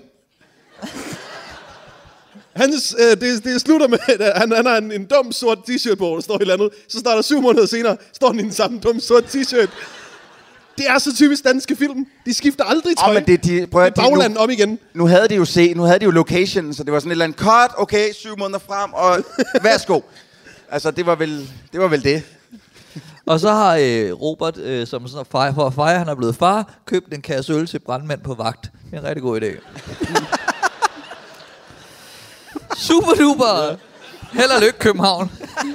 Det slutter med, at han har en dum sort t-shirt på, der står et eller andet. Så står der 7 måneder senere, står han i den samme dum sort t-shirt. Det er så typisk danske film. De skifter aldrig tøj. Men baglandet om igen. Nu havde de jo location, så det var sådan et eller andet cut, okay, 7 måneder frem, og værsgo. Altså, det var vel det. Og så har Robert, som sådan for at fejre, han er blevet far, købt en kasse øl til brandmand på vagt. Det er en rigtig god idé. Super duper! Held og lykke, København.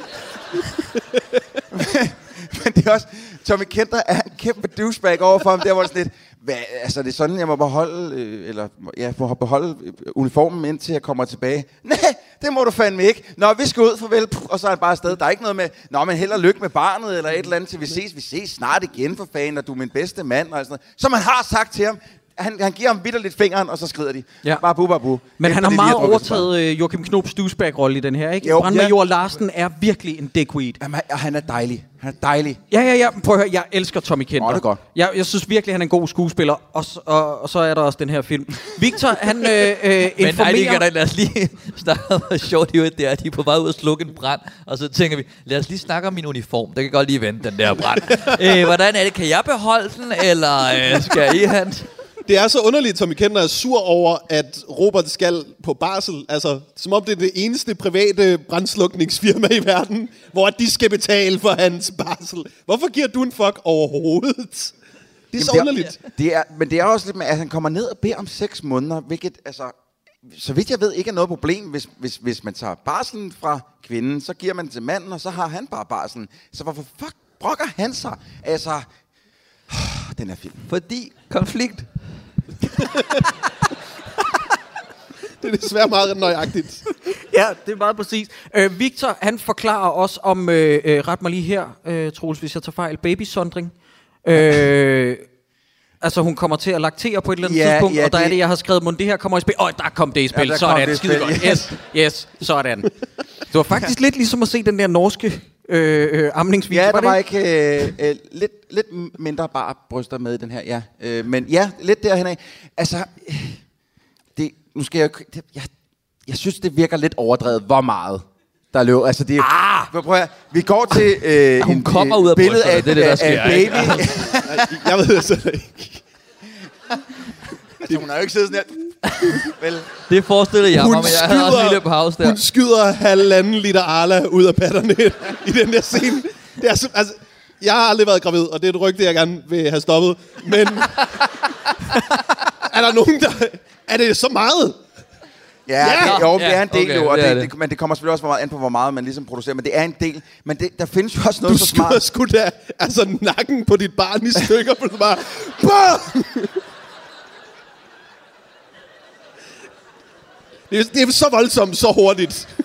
Men det er også... Tommy Kenter er en kæmpe douchebag overfor ham. Der var sådan lidt... Altså, det er sådan, jeg må beholde uniformen, indtil jeg kommer tilbage. Nej, det må du fandme ikke. Nå, vi skal ud, farvel. Og så er han bare afsted. Der er ikke noget med... Nå, men held og lykke med barnet, eller et eller andet, til vi ses snart igen, for fanden, og du er min bedste mand, og sådan noget. Som man har sagt til ham. Han giver ham vitterligt fingeren, og så skrider de. Ja. Babu. Men han har meget overtaget Joachim Knop's douchebag-rolle i den her, ikke? Brandmajor Larsen er virkelig en dickweed. Jamen, han er dejlig. Ja. Prøv at høre, jeg elsker Tommy Kenter. Det er godt. Jeg synes virkelig, han er en god skuespiller. Og så er der også den her film. Victor, han informerer... Men lad os lige snakke om, hvor sjovt det er, at de er på vej ud og slukke en brand. Og så tænker vi, lad os lige snakke om min uniform. Det kan godt lige vente, den der brand. Hvordan er det? Kan jeg beholde den, eller skal I have den? Det er så underligt, Tommy Kentner er sur over, at Robert skal på barsel. Altså, som om det er det eneste private brandslukningsfirma i verden, hvor de skal betale for hans barsel. Hvorfor giver du en fuck overhovedet? Det er så underligt. Men det er også lidt med, at han kommer ned og beder om 6 måneder, hvilket, altså, så vidt jeg ved, ikke er noget problem, hvis man tager barselen fra kvinden, så giver man til manden, og så har han bare barselen. Så hvorfor fuck brokker han sig? Altså, den er film. Fordi konflikt. Det er desværre meget nøjagtigt. Ja, det er meget præcis. Victor, han forklarer også om, ret mig lige her, Troels, hvis jeg tager fejl, babysondring. Altså, hun kommer til at laktere på et eller andet tidspunkt, og der er det, jeg har skrevet, det her kommer i spil. Der kom det i spil. Ja, sådan, skide godt. Yes, sådan. Det var faktisk lidt ligesom at se den der norske amningsvideo. Ja, der var ikke lidt mindre bare bryster med i den her, ja. Men ja, lidt derhen af. Altså, nu skal jeg synes, det virker lidt overdrevet, hvor meget der løb. Altså, det prøv at, vi går til hun kommer ud af billede af, det, der sker, baby. Jeg ved det så ikke. Altså, hun har jo ikke siddet sådan her. Vel. Det forestiller jeg mig, men jeg havde også en lille pause der. Hun skyder 1,5 liter Arla ud af patterne i den der scene. Det er altså, jeg har aldrig været gravid, og det er et rygte, jeg gerne vil have stoppet. Men er der nogen, der... Er det så meget? Ja, det er en del jo, og men det kommer selvfølgelig også meget an på, hvor meget man ligesom producerer, men det er en del. Men der findes jo også noget så smart. Du sgu da nakken på dit barn i stykker, for bare... Det er så voldsomt, så hurtigt.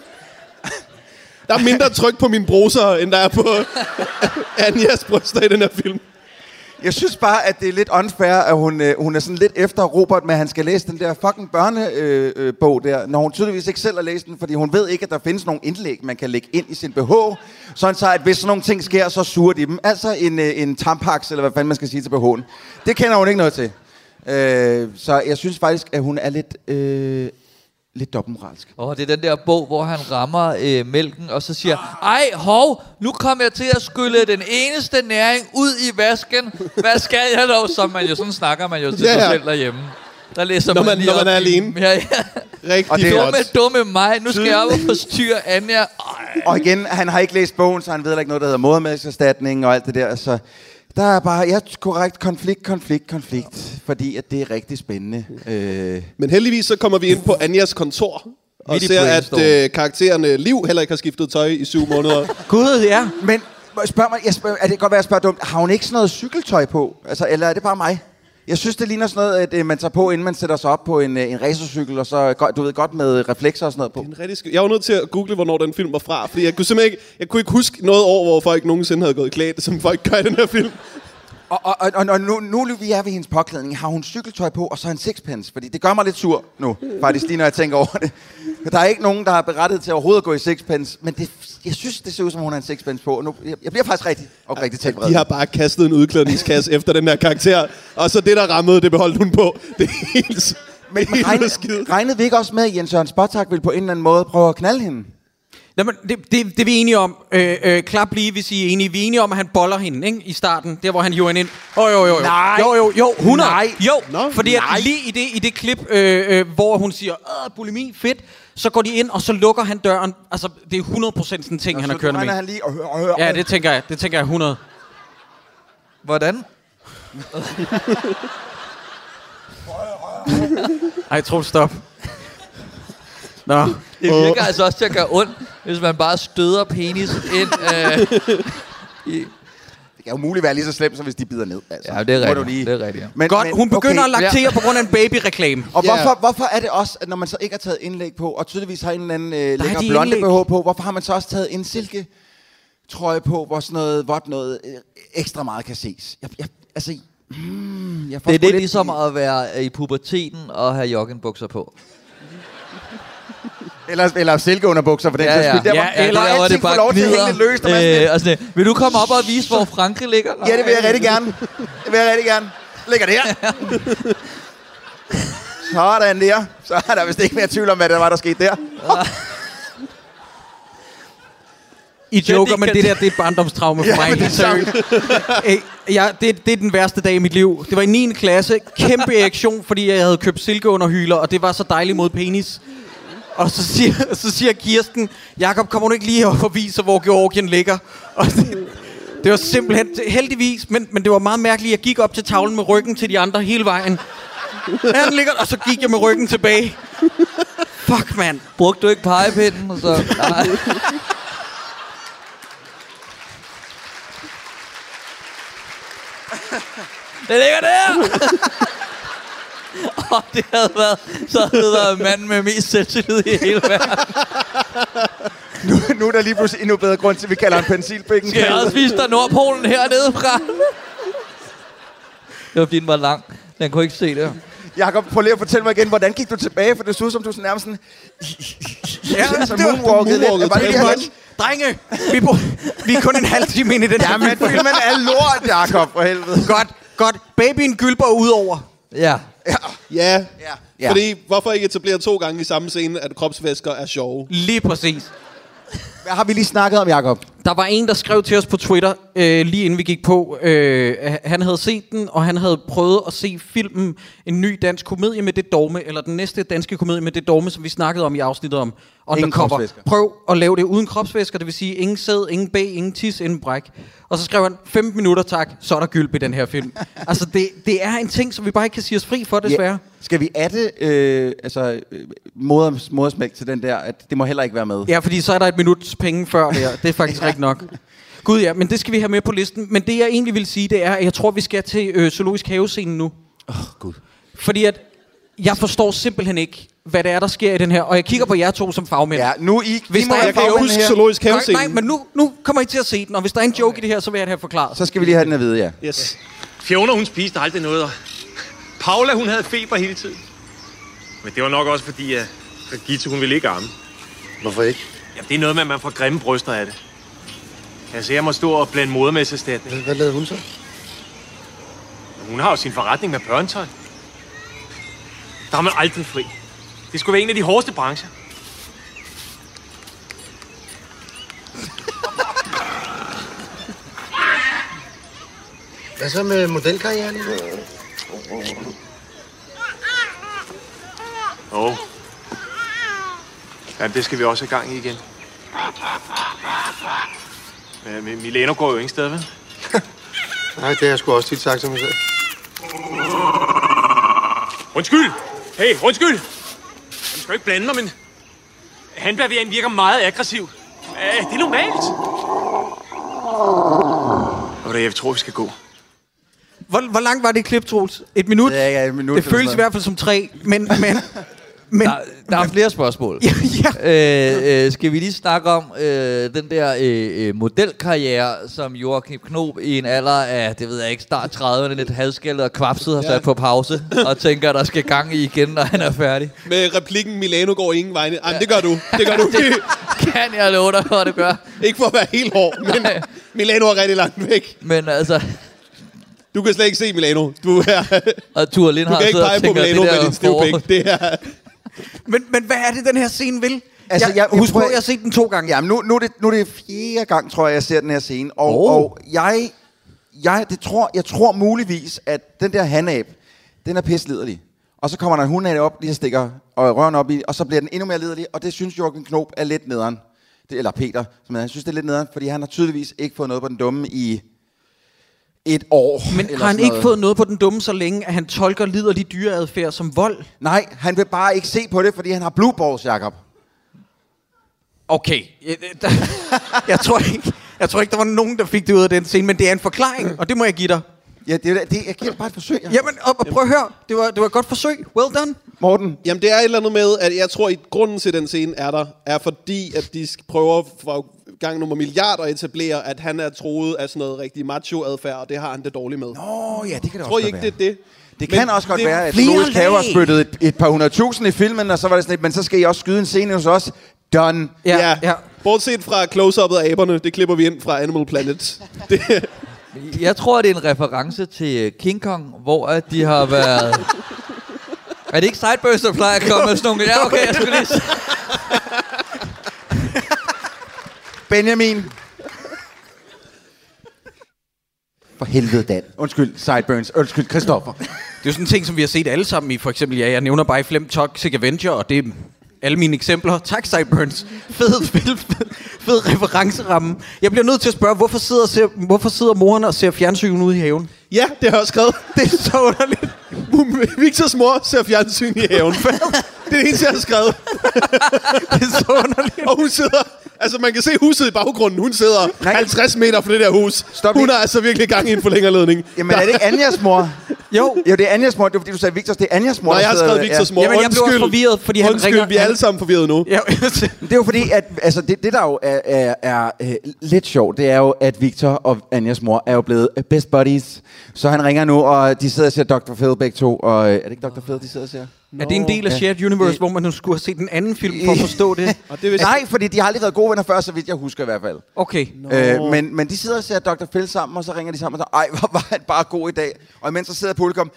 Der er mindre tryk på mine bruser, end der er på Anjas bryster i den her film. Jeg synes bare, at det er lidt unfair, at hun er sådan lidt efter Robert, med at han skal læse den der fucking børnebog der, når hun tydeligvis ikke selv har læst den, fordi hun ved ikke, at der findes nogen indlæg, man kan lægge ind i sin BH, sådan så, at hvis sådan nogle ting sker, så suger de dem. Altså en tampaks, eller hvad fanden man skal sige til BH'en. Det kender hun ikke noget til. Så jeg synes faktisk, at hun er lidt dobbeltmoralsk. Det er den der bog, hvor han rammer mælken, og så siger, nu kommer jeg til at skylle den eneste næring ud i vasken. Hvad skal jeg dog? Sådan snakker man jo til sig selv derhjemme. Der læser når man er alene. Ja. Rigtig dumme mig. Nu skal jeg op og forstyrre Anja. Og igen, han har ikke læst bogen, så han ved ikke noget, der hedder modermælkserstatning og alt det der, så... Der er bare, korrekt, konflikt, fordi at det er rigtig spændende. Men heldigvis så kommer vi ind på Anjas kontor, og ser, at karaktererne Liv heller ikke har skiftet tøj i 7 måneder. Gud, ja. Men spørg mig, er det godt være, at jeg spørger dumt, har hun ikke sådan noget cykeltøj på? Altså, eller er det bare mig? Jeg synes, det ligner sådan noget, at man tager på, inden man sætter sig op på en racercykel, og så, du ved, godt med reflekser og sådan noget på. Jeg var nødt til at google, hvornår den film var fra, fordi jeg kunne simpelthen ikke huske noget år, hvor folk nogensinde havde gået klædt, som folk gør i den her film. Og nu vi er ved hendes påklædning. Har hun cykeltøj på, og så en sixpence? Fordi det gør mig lidt sur nu, faktisk lige når jeg tænker over det. Der er ikke nogen, der har berettet til overhovedet at gå i sixpence, men jeg synes, det ser ud som, hun har en sixpence på. Nu, jeg bliver faktisk rigtig tilfreds. De har bare kastet en udklædningskasse efter den her karakter, og så det, der rammede, det beholdt hun på. Det er helt... Men regnede vi ikke også med, at Jens Jørgen Spottak ville på en eller anden måde prøve at knalde hende? Jamen, det er vi enige om. Klap lige, hvis I er enige. Vi er enige om, at han boller hende, ikke? I starten. Der, hvor han hiver hende ind. Jo. Nej. Jo, 100. Nej. Jo, fordi at lige i det klip, hvor hun siger, bulimi, fedt, så går de ind, og så lukker han døren. Altså, det er 100% sådan en ting, han har kørt med. Han lige ja, det tænker jeg 100. Hvordan? Ej, Troels, stop. Nå. Det virker altså også til at gøre ondt, hvis man bare støder penis ind. Det kan jo muligt være lige så slemt, som hvis de bider ned. Altså. Ja, det er rigtigt. Det er rigtigt, ja. Men hun begynder at laktere på grund af en babyreklame. Og hvorfor er det også, at når man så ikke har taget indlæg på, og tydeligvis har en eller anden lækker blonde BH på, hvorfor har man så også taget en silketrøje på, hvor sådan noget ekstra meget kan ses? Det er det ligesom at være i puberteten og have joggingbukser på. Eller silkeunderbukser for den sags skyld. Eller alting får lov til at hænge lidt løst. Vil du komme op og vise, hvor Frankrig ligger? Ja, det vil jeg rigtig gerne. Ligger der. Sådan der. Så er der vist ikke mere tvivl om, hvad der var, der skete der. I joker, men det der, det er et barndomstraume for mig. Det er den værste dag i mit liv. Det var i 9. klasse. Kæmpe erektion, fordi jeg havde købt silkeunderhyler, og det var så dejligt mod penis. Og så siger Kirsten, Jakob, kommer du ikke lige op og viser, hvor Georgien ligger? Og det var simpelthen heldigvis, men det var meget mærkeligt. Jeg gik op til tavlen med ryggen til de andre hele vejen. Ja, den ligger, og så gik jeg med ryggen tilbage. Fuck, mand. Brugte du ikke pegepinden? Og så... Nej. Det ligger der! Det havde været... Så havde det været manden med mest selvtillid i hele verden. Nu er der lige pludselig endnu bedre grund til, at vi kalder en pensilpikken. Skal jeg også vise dig Nordpolen hernede fra? Det var fordi, den var lang. Den kunne ikke se det. Jakob, prøv lige at fortælle mig igen, hvordan gik du tilbage? For det så ud som, du sådan nærmest sådan... Ja, så moonwalkede lidt. Drenge, vi er kun en halv time ind i den her. Men filmen er lort, Jakob, for helvede. Godt. Babyen gylper udover. Ja. Fordi, hvorfor ikke etablere 2 gange i samme scene, at kropsvæsker er sjove? Lige præcis. Hvad har vi lige snakket om, Jakob? Der var en, der skrev til os på Twitter, lige inden vi gik på. Han havde set den, og han havde prøvet at se filmen En ny dansk komedie med det dogme, eller den næste danske komedie med det dogme, som vi snakkede om i afsnittet om Undercover. Prøv at lave det uden kropsvæsker, det vil sige ingen sæd, ingen bæ, ingen tis, ingen bræk. Og så skrev han, 15 minutter tak, så er der gylp i den her film. Altså, det er en ting, som vi bare ikke kan sige os fri for, desværre. Ja. Skal vi adde modersmælk til den der, at det må heller ikke være med? Ja, fordi så er der et minuts penge før der. Det er faktisk rigtig nok. Gud ja, men det skal vi have med på listen. Men det jeg egentlig vil sige, det er, at jeg tror, vi skal til Zoologisk Have-scenen nu. Gud. Fordi at jeg forstår simpelthen ikke, hvad det er, der sker i den her. Og jeg kigger på jer to som fagmænd. Ja, nu I... Hvis der jeg kan jo huske Zoologisk Have-scenen. Nej, men nu kommer I til at se den. Og hvis der er en joke i det her, så vil jeg det have forklaret. Så skal vi lige have den at vide, ja. Yes. Fiona, hun spiste aldrig noget. Og Paula, hun havde feber hele tiden. Men det var nok også fordi, at Gitte, hun ville ikke amme. Hvorfor ikke? Jamen, det er noget med, at man får grimme bryster af det. Altså, jeg må stå og blande modermæsserstatning. Hvad lavede hun så? Hun har jo sin forretning med børnetøj. Der har man aldrig fri. Det skulle være en af de hårdeste brancher. Hvad så med modelkarrieren? Jamen, det skal vi også i gang i igen. Men Milano går jo ingen sted, vel? Nej, det har jeg sgu også tit sagt til mig selv. Undskyld! Hey, undskyld! Du skal ikke blande mig, men... Hanberg virker meget aggressiv. Det er normalt. Og jeg tror, vi skal gå. Hvor langt var det klip, Troels? 1 minut? Ja, 1 minut. Det føles i hvert fald som 3, men der er flere spørgsmål. Skal vi lige snakke om den der modelkarriere, som Joachim Knop i en alder af, det ved jeg ikke, start 30'erne, lidt halvskældet og kvapset har sat på pause, og tænker, der skal gang i igen, når han er færdig. Med replikken, Milano går ingen vegne. Jamen, det gør du. Det gør du. Det kan jeg love dig for, det gør. Ikke for at være helt hård, men Milano er rigtig langt væk. Men altså... Du kan slet ikke se Milano. Du er... Og Ture Lindhardt du kan ikke pege på Milano med din stivpæk. Det er... Men hvad er det, den her scene vil? Altså, jeg har set den 2 gange. Jamen, nu er det 4. gang, tror jeg ser den her scene. Og jeg tror muligvis, at den der hanab, den er pisseliderlig. Og så kommer der en hunab op, lige stikker og røven op i, og så bliver den endnu mere liderlig. Og det synes Joachim Knop er lidt nederen. Eller Peter, som han synes, det er lidt nederen, fordi han har tydeligvis ikke fået noget på den dumme i 1 år. Men har han ikke fået noget på den dumme så længe, at han tolker liderlig dyreadfærd som vold? Nej, han vil bare ikke se på det, fordi han har blue balls, Jakob. Okay. Jeg tror ikke, der var nogen, der fik det ud af den scene, men det er en forklaring, og det må jeg give dig. Ja, jeg giver bare et forsøg. Ja. Jamen, og prøv at høre. Det var et godt forsøg. Well done. Morten? Jamen, det er et eller andet med, at jeg tror, at grunden til den scene er fordi, at de prøver for gang nummer milliarder at etablere, at han er troet af sådan noget rigtig macho-adfærd, og det har han det dårligt med. Nå, ja, det kan det tror også ikke, være. det er det. Det kan også godt være, at Zoologisk Have har spyttet et par 100.000 i filmen, og så var det sådan lidt, men så skal I også skyde en scene hos os. Done. Ja. Bortset fra close-up'et af aberne, det klipper vi ind fra Animal Planet. Jeg tror, det er en reference til King Kong, hvor de har været... Er det ikke Sideburst, der plejer at komme med sådan nogle... Ja, okay, jeg skulle lige... Benjamin. For helvede, Dan. Undskyld, Sideburns. Undskyld, Christoffer. Det er jo sådan en ting, som vi har set alle sammen i. For eksempel, jeg nævner bare i Flem Toxic Avenger, og det er alle mine eksempler. Tak, Sideburns. Fed referenceramme. Jeg bliver nødt til at spørge, hvorfor sidder moren og ser fjernsyn ude i haven? Ja, det har jeg også skrevet. Det er så underligt. Victors mor ser fjernsyn i haven. Det er det eneste, jeg har skrevet. Det er så underligt. Og hun sidder... Altså, man kan se huset i baggrunden. Hun sidder 50 meter fra det der hus. Hun har altså virkelig gang i en forlængerledning. Jamen, er det ikke Anjas mor? Jo, det er Anjas mor. Det var fordi, du sagde Victors. Det er Anjas mor. Nå, jeg har skrevet Victors mor. Jamen, jeg blev også forvirret, fordi han ringer... vi er alle sammen forvirret nu. Ja. Det er jo fordi, at altså, det der jo er lidt sjovt, det er jo, at Victor og Anjas mor er jo blevet best buddies. Så han ringer nu, og de sidder og ser Dr. Phil begge to. Og er det ikke Dr. Phil, de sidder og ser? Er det en del af Shared Universe, hvor man nu skulle have set den anden film for at forstå det? Nej, fordi de har aldrig været gode venner før, så vidt jeg husker i hvert fald. Okay. Men de sidder og ser Dr. Phil sammen, og så ringer de sammen og siger, ej, hvor var han bare god i dag. Og imens så sidder publikum,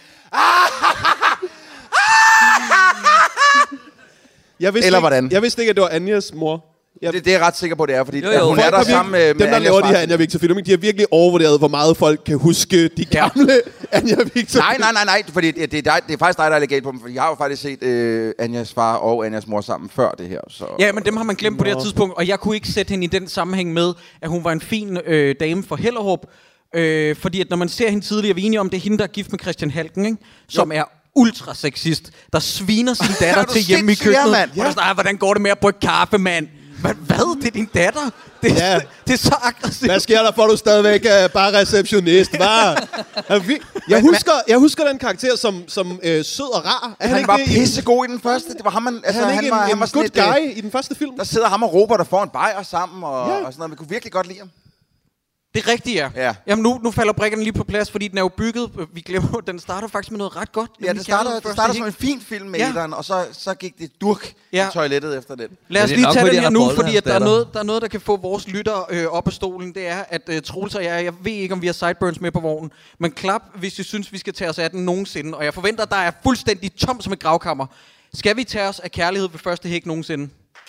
eller hvordan? Jeg vidste ikke, at det var Anjas mor. Det er jeg ret sikker på, det er, fordi jo. hun er der sammen med dem, der Anjas laver far. de her Anja Victor-film, de har virkelig overvurderet, hvor meget folk kan huske de gamle Anja Victor. Nej, fordi det er faktisk dig, der er legat på dem, for jeg har jo faktisk set Anjas far og Anjas mor sammen før det her. Så. Ja, men dem har man glemt på det her tidspunkt, og jeg kunne ikke sætte hende i den sammenhæng med, at hun var en fin dame for Hellerup, fordi at når man ser hende tidligere, vi er enige om, det er hende, der er gift med Christian Halken, ikke? Som er ultrasexist, der sviner sin datter til hjemme i køkkenet. Ja. Hvordan går det med at brygge kaffe, mand? Hvad? Det er din datter? Det er så aggressivt. Hvad sker der for, du stadigvæk er bare receptionist? Jeg husker den karakter som sød og rar. Han var pissegod i den første. Det var ham, han var good guy i den første film. Der sidder ham og Robert, der får en bajer sammen og sådan noget. Vi kunne virkelig godt lide ham. Det er rigtigt, ja. Jamen nu falder brikkerne lige på plads, fordi den er jo bygget. Vi glemmer, den starter faktisk med noget ret godt. Ja, det starter som en fin film med etteren, og så gik det durk i toilettet efter den. Lad os lige tage den her nu, fordi at der er noget, der kan få vores lytter op af stolen. Det er, at Troels og jeg ved ikke, om vi har Sideburns med på vognen, men klap, hvis I synes, vi skal tage os af den nogensinde. Og jeg forventer, at der er fuldstændig tom som et gravkammer. Skal vi tage os af kærlighed ved første hæk nogensinde?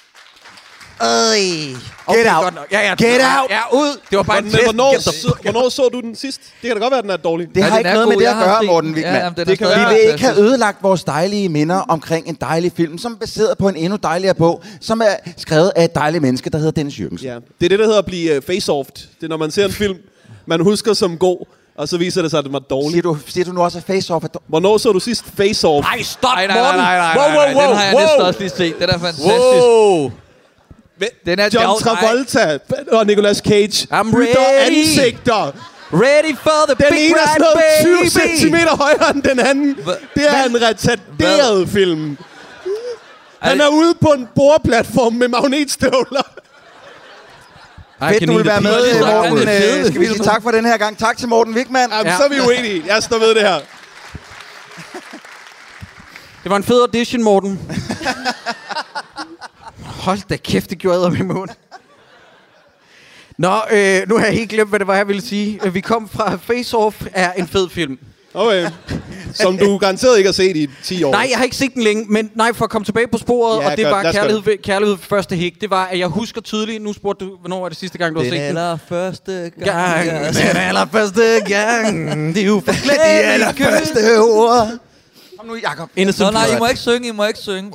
Get out. Get out. Ja, ud. Det var bare en test. Hvornår så du den sidst? Det kan da godt være, at den er dårlig. Det har ikke noget med det at gøre, Morten Wigman. Vi vil ikke have ødelagt vores dejlige minder omkring en dejlig film, som er baseret på en endnu dejligere bog, som er skrevet af et dejligt menneske, der hedder Dennis Jürgensen. Ja. Det er det, der hedder at blive face-offed. Det er, når man ser en film, man husker som god, og så viser det sig, at den var dårlig. Siger du nu også face-off? Hvornår så du sidst face-off? Nej, stop, Morten! Nej. Den har jeg næsten også lige set. Den er fantastisk. Den er John Travolta og Nicolas Cage. I'm ready. Ansigter. Ready for the den big ride, baby. Den ene er 20 centimeter højere end den anden. Det er en retarderet film. Han er ude på en boreplatform med magnetstøvler. Fedt, du vil være med, Morten. Skal vi sige tak for den her gang. Tak til Morten Wigman. Jamen, så er vi uenige. Jeg står ved det her. Det var en fed audition, Morten. Hold da kæft, det gjorde jeg med munden. Nå, nu har jeg helt glemt, hvad det var, jeg ville sige. Vi kom fra Face Off er en fed film. Okay. Som du garanteret ikke har set i 10 år. Nej, jeg har ikke set den længe, men for at komme tilbage på sporet, og det var kærlighed ved første hik, det var, at jeg husker tydeligt, nu spurgte du, hvornår var det sidste gang, du har set den? Den allerførste gang. Den allerførste gang. Det er jo de allerførste ord. Kom nu, Jacob. Nå, nej, I må ikke synge.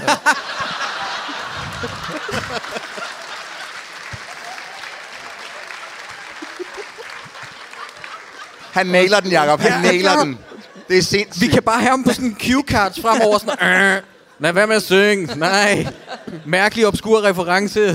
Han nailer den, Jacob. Han nailer den. Det er sindssygt. Vi kan bare have ham på sådan cue cards fremover. Sådan, nej, hvad med at synge? Nej. Mærkelig obskur reference.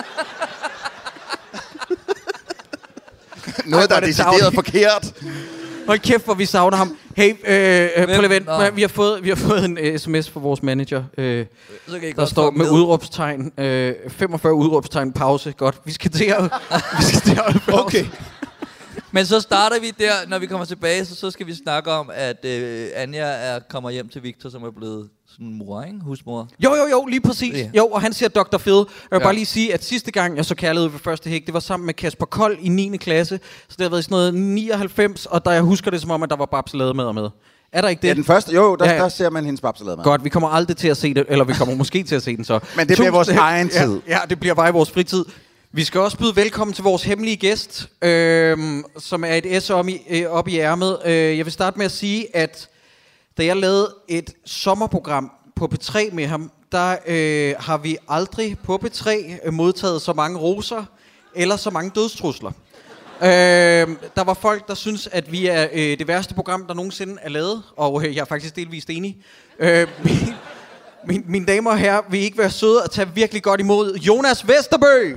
Noget, der er decideret forkert. Hold kæft, hvor vi savner ham. Hey, prøv lige vent. Vi har fået en sms fra vores manager. Der står med udråbstegn. 45 udråbstegn pause. Godt. Vi skal til at okay. Men så starter vi der, når vi kommer tilbage, så skal vi snakke om, at Anja kommer hjem til Victor, som er blevet sådan mor, ikke? Husmor. Jo, lige præcis. Yeah. Jo, og han siger Dr. Phil. Jeg vil bare lige sige, at sidste gang, jeg så kærlighed ved første hæk, det var sammen med Kasper Kold i 9. klasse. Så det har været sådan noget 99, og der jeg husker det som om, at der var babsalade med. Er der ikke det? Ja, den første, der ser man hendes babsalade med. Godt, vi kommer aldrig til at se det, eller vi kommer måske til at se den så. Men det bliver vores egen tid. Ja, det bliver bare i vores fritid. Vi skal også byde velkommen til vores hemmelige gæst, som er et S op i ærmet. Jeg vil starte med at sige, at da jeg lavede et sommerprogram på P3 med ham, der har vi aldrig på P3 modtaget så mange roser eller så mange dødstrusler. Der var folk, der synes, at vi er det værste program, der nogensinde er lavet, og jeg er faktisk delvist enig. Mine damer og herrer, vil I ikke være søde og tage virkelig godt imod Jonas Vesterbø?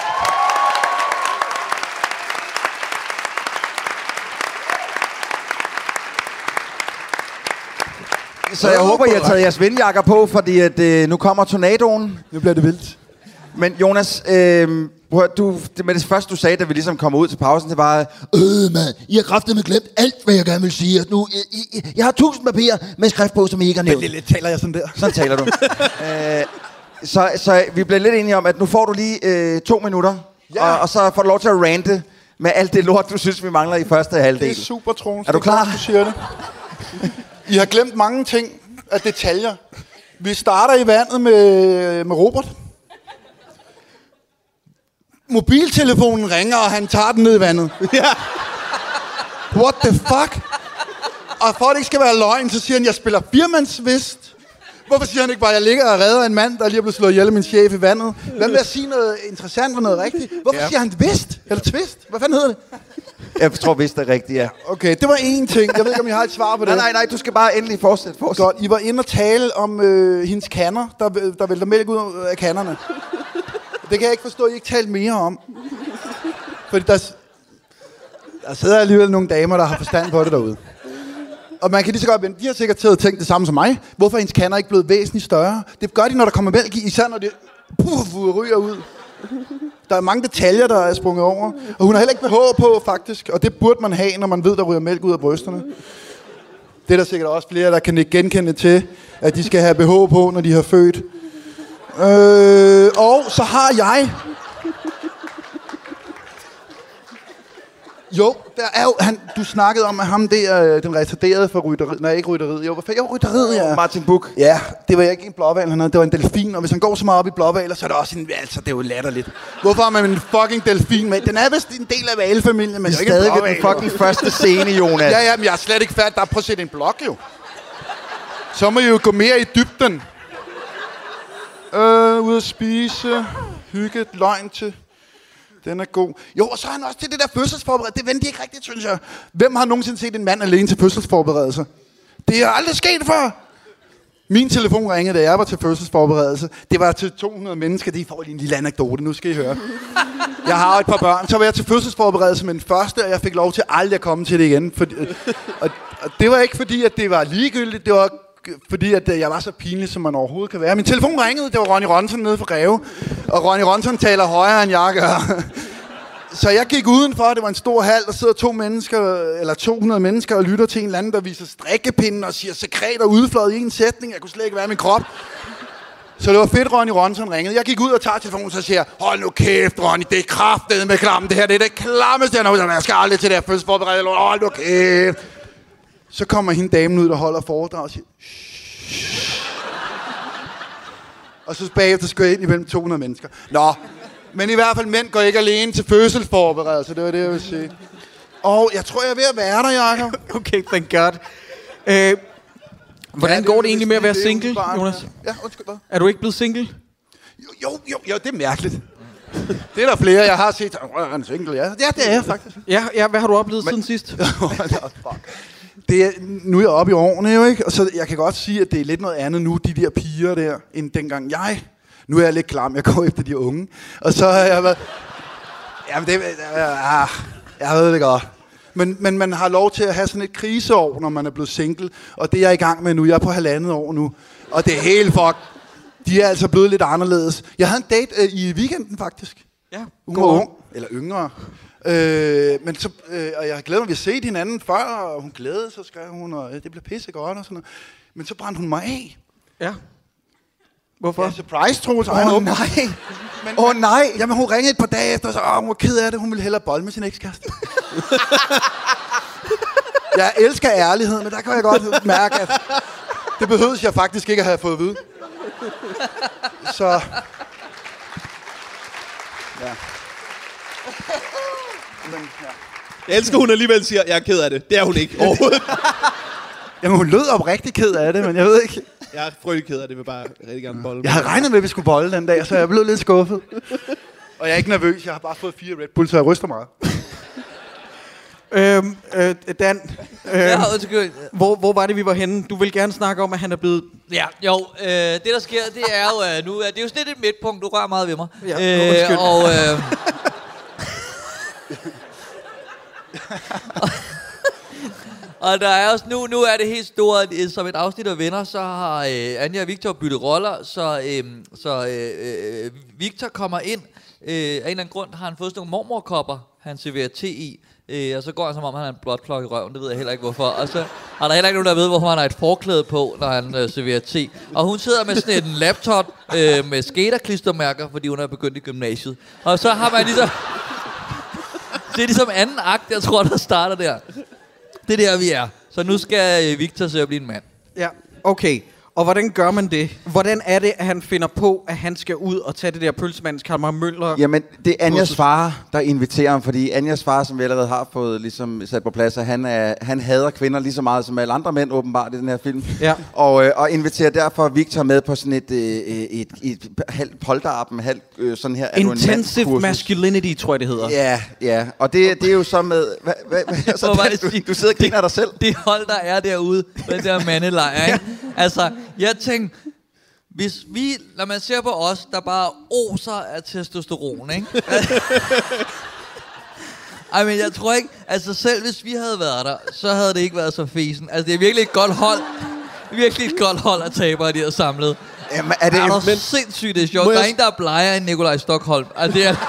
Så jeg håber, I har taget jeres vindjakker på, fordi at, nu kommer tornadoen. Nu bliver det vildt. Men Jonas, med det første, du sagde, da vi ligesom kom ud til pausen, det var... mand, I har kraftedeme glemt alt, hvad jeg gerne vil sige. Nu, jeg har 1000 papirer med skrift på, som I ikke har nævnt. Men lidt taler jeg sådan der. Sådan taler du. Så vi blev lidt enige om, at nu får du lige 2 minutter, ja. og så får du lov til at rante med alt det lort, du synes, vi mangler i første halvdel. Det er super, Troels. Er du klar? Du siger det. I har glemt mange ting af detaljer. Vi starter i vandet med Robert. Mobiltelefonen ringer, og han tager den ned i vandet. Ja. What the fuck? Og for at det ikke skal være løgn, så siger han, jeg spiller firmandsvist. Hvorfor siger han ikke bare, jeg ligger og redder en mand, der lige er blevet slået ihjel af min chef i vandet? Hvad med at sige noget interessant og noget rigtigt? Hvorfor siger han vist? Eller twist? Hvad fanden hedder det? Jeg tror vist, det er rigtigt, ja. Okay, det var én ting. Jeg ved ikke, om I har et svar på det. Nej, du skal bare endelig fortsætte. Godt, I var inde og tale om hendes kander, der vælter mælk ud af kanderne. Det kan jeg ikke forstå, at I ikke talte mere om. Fordi der sidder alligevel nogle damer, der har forstand på det derude. Og man kan lige så godt vente. De har sikkert taget tænkt det samme som mig. Hvorfor er hendes kander ikke blevet væsentligt større? Det gør de, når der kommer mælk i, især når det ryger ud. Der er mange detaljer, der er sprunget over. Og hun har heller ikke BH på, faktisk. Og det burde man have, når man ved, der ryger mælk ud af brysterne. Det er der sikkert også flere, der kan genkende til, at de skal have BH på, når de har født. Og så har jeg... Jo, der er jo... Du snakkede om, at ham der, den retarderede for rytteriet. Nej, ikke rytteriet. Jo, rytteriet, ja. Martin Buch. Ja, det var ikke en blåhval, han havde. Det var en delfin. Og hvis han går så meget op i blåhvaler, så er det også en... Altså, det er jo latterligt. Hvorfor har man en fucking delfin med? Den er vist en del af hvalfamilien, men det er ikke stadig den fucking første scene, Jonas. Ja, men jeg er slet ikke fat. Der er prøv at sætte en blok, jo. Så må I jo gå mere i dybden. Ude at spise. Hygge, løgn til... Den er god. Jo, og så er han også til det der fødselsforberedelse. Det vendte de ikke rigtigt, synes jeg. Hvem har nogensinde set en mand alene til fødselsforberedelse? Det er aldrig sket før. Min telefon ringede, da jeg var til fødselsforberedelse. Det var til 200 mennesker. De får lige en lille anekdote. Nu skal I høre. Jeg har et par børn. Så var jeg til fødselsforberedelse med den første, og jeg fik lov til aldrig at komme til det igen. Og det var ikke fordi, at det var ligegyldigt. Det var fordi, at jeg var så pinlig, som man overhovedet kan være. Min telefon ringede. Det var Ronny Ronson nede fra Greve. Og Ronny Ronson taler højere, end jeg gør. Så jeg gik udenfor. Det var en stor hal. Der sidder 200 mennesker og lytter til en eller anden, der viser strikkepinden og siger sekreter udfløjet i en sætning. Jeg kunne slet ikke være i min krop. Så det var fedt, Ronny Ronson ringede. Jeg gik ud og tager telefonen, så siger hold nu kæft, Ronny, det er kraftedeme med klam. Det her, det er det klammeste, jeg nogensinde. Jeg skal aldrig til det her fødselsforberedelse. Hold nu kæft. Så kommer hende damen ud, der holder foredrag og siger og så bagefter skal jeg ind imellem 200 mennesker. Nå, men i hvert fald mænd går ikke alene til fødselsforberedelse. Det var det, jeg ville sige. Og jeg tror, jeg er ved at være der, Jacob. Okay, thank God. Hvordan går det egentlig med at være single, Jonas? Ja, undskyld. Er du ikke blevet single? Jo, det er mærkeligt. Det er der flere, jeg har set. En single, ja. Ja, det er jeg faktisk. Ja, hvad har du oplevet siden sidst? Nu er jeg oppe i årene jo, ikke? Og så jeg kan godt sige, at det er lidt noget andet nu, de der piger der, end dengang jeg. Nu er jeg lidt klam, jeg går efter de unge. Og så har jeg været... Jamen, jeg ved det godt. Men man har lov til at have sådan et kriseår, når man er blevet single. Og det er jeg i gang med nu. Jeg er på 1,5 år nu. Og det er helt fuck. De er altså blevet lidt anderledes. Jeg havde en date i weekenden, faktisk. Ja, hun var ung. Eller yngre. Men så, og jeg glæder mig, vi har set hinanden før, og hun glædede sig, skrev hun, og det blev pissegodt og sådan noget. Men så brændte hun mig af. Ja. Hvorfor? Ja, surprise, Troels. Nej. Nej. Jamen, hun ringede et par dage efter, og så hun var ked af det. Hun ville hellere bolle med sin ekskæreste. Jeg elsker ærlighed, men der kan jeg godt mærke, at det behøves jeg faktisk ikke at have fået at vide. Så... Ja. Jeg elsker, hun alligevel siger, jeg er ked af det. Det er hun ikke overhovedet. Jamen, hun lød oprigtig ked af det, men jeg ved ikke. Jeg er frygtelig ked af det, vil bare rigtig gerne bolle. Jeg havde regnet med, at vi skulle bolle den dag, så jeg blev lidt skuffet. Og jeg er ikke nervøs, jeg har bare fået 4 Red Bull, så jeg ryster meget. Dan, hvor var det, vi var henne? Du vil gerne snakke om, at han er blevet... Ja, jo, det der sker, det er jo nu, det er jo sådan lidt et midtpunkt, du rører meget ved mig. Ja, og der er også nu er det helt stort, som et afsnit af Venner, så har Anja og Victor byttet roller, så Victor kommer ind, af en eller anden grund har han fået sådan nogle mormorkopper, han serverer te i, og så går han som om han har en blotplok i røven, det ved jeg heller ikke hvorfor, og så er der heller ikke nogen, der ved, hvorfor han har et forklæde på, når han serverer te, og hun sidder med sådan en laptop med skaterklistermærker, fordi hun er begyndt i gymnasiet, og så har man ligesom, det er ligesom anden akt, jeg tror, der starter der. Det er der, vi er. Så nu skal Victor så blive en mand. Ja, okay. Og hvordan gør man det? Hvordan er det, at han finder på, at han skal ud og tage det der pølsemands Kalmar Møller? Jamen, det er Anjas far, der inviterer ham, fordi Anjas far, som vi allerede har fået ligesom sat på plads, han hader kvinder lige så meget som alle andre mænd, åbenbart, i den her film. Ja. Og inviterer derfor Victor med på sådan et halvt polterappen, sådan her... Intensive masculinity, tror jeg, det hedder. Ja. Og det er jo så med... Du sidder og griner af dig selv. Det hold, der er derude, den der mandelejr, ikke? Altså, jeg tænkte, når man ser på os, der bare oser af testosteron, ikke? Ej, men jeg tror ikke, altså selv hvis vi havde været der, så havde det ikke været så fesen. Altså, det er virkelig et godt hold. Virkelig et godt hold af tabere, de har samlet. Jamen, er det sindssygt, det er sjovt. Der er en, der er blejer end Nikolaj Stockholm. Altså, det er...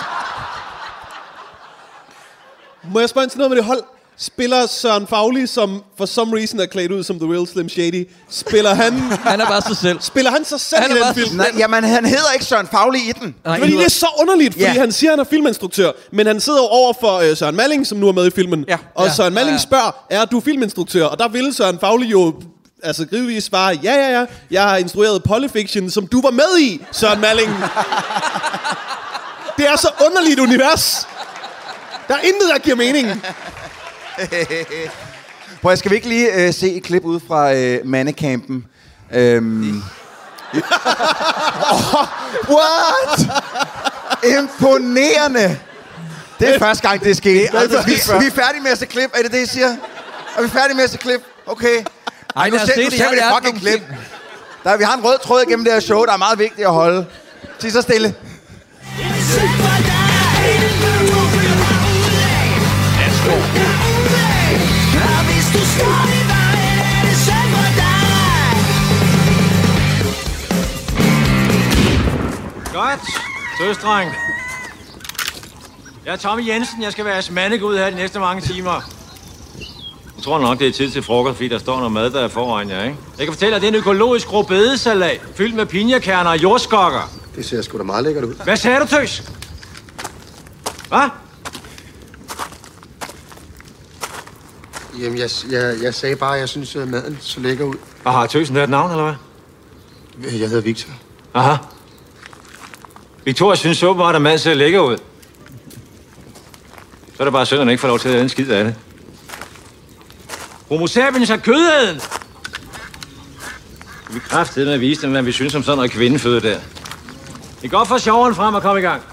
Må jeg spørge til noget med det hold? Spiller Søren Fauli, som for some reason er klædt ud som The Real Slim Shady, spiller han... Han er bare sig selv. Spiller han sig selv i den film? Nej, jamen, han hedder ikke Søren Fauli i den. Fordi det er så underligt, fordi han siger, han er filminstruktør, men han sidder over for Søren Malling, som nu er med i filmen. Ja. Og Søren Malling spørger, er du filminstruktør? Og der ville Søren Fauli jo... Altså grivevis svare, ja, jeg har instrueret Polyfiction, som du var med i, Søren Malling. Det er så underligt univers. Der er intet, der giver mening. Prøv, skal vi ikke lige se et klip ud fra mandecampen? What? Imponerende! Det er første gang, det er sket. Vi er færdige med at se klip. Er det det, I siger? Er vi færdige med at se klip? Okay. Ej, nu ser vi det fucking klip. Vi har en rød tråd igennem det her show, der er meget vigtigt at holde. Sig så stille. Godt. Søstreng. Jeg er Tommy Jensen. Jeg skal være mandegud her de næste mange timer. Jeg tror nok, det er tid til frokost, fordi der står noget mad, der er foran jer, ikke? Jeg kan fortælle dig, det er en økologisk rødbedesalat, fyldt med pinjekerner og jordskokker. Det ser sgu da meget lækkert ud. Hvad sagde du, tøs? Hvad? Jamen, jeg sagde bare, at jeg synes, at maden så lækker ud. Og har tøsen hørt navn, eller hvad? Jeg hedder Victor. Aha. Victoria synes åbenbart, at maden ser lækker ud. Så er det bare synd, at han ikke får lov til at have en skid af det. Homo sapiens er kødæden! Vi kraftedeme at vise dem, hvad vi synes om sådan noget kvindeføde der. Det er godt for sjoveren frem og komme i gang.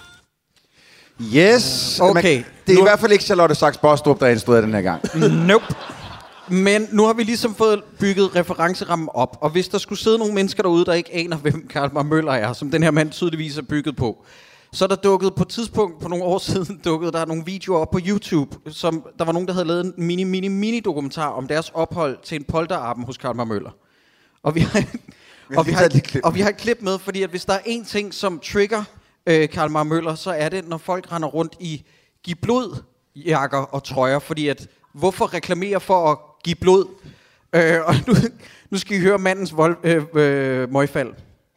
Yes. Okay. Det er i hvert fald ikke Charlotte Sachs Bostrup, der er instrueret den her gang. Nope. Men nu har vi ligesom fået bygget referencerammen op, og hvis der skulle sidde nogle mennesker derude, der ikke aner, hvem Kalmar Møller er, som den her mand tydeligvis er bygget på, så er der dukket på et tidspunkt, på nogle år siden, der nogle videoer op på YouTube, som der var nogen, der havde lavet en mini dokumentar om deres ophold til en polterappen hos Kalmar Møller. Og vi har et klip med, fordi at hvis der er en ting, som trigger Kalmar Møller, så er det, når folk render rundt i giv blod jakker og trøjer, fordi at hvorfor reklamere for at give blod? Og nu skal I høre mandens møgfald.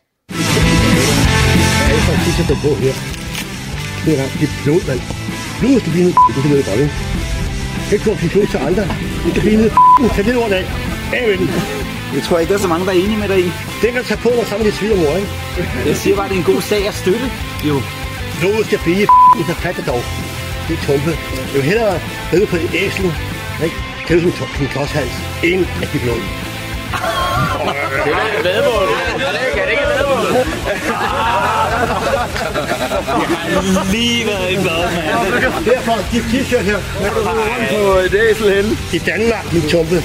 Jeg er faktisk at på her. Det er blod, mand. Blod skal blive noget, det kan godt, ikke? Ikke få blod til andre. Det skal blive noget, tag det ord af. Amen. Jeg tror ikke, der er så mange, der er enige med dig i. Det kan tage på mig sammen med dit svigermor, ikke? Jeg siger bare, det er en god sag at støtte, jo. Blodet skal blive, så fat det dog. din tumpe. Jeg vil hellere ride på en æsel, ikke? Kan du som klodshals, end at blive blod. Det er ikke vedmål. Det er ikke vedmål. Jeg har lige været i bad, mand. Derfor, dit t-shirt her. Hvad kan du rundt på et æsel henne? I Danmark, min tumpe.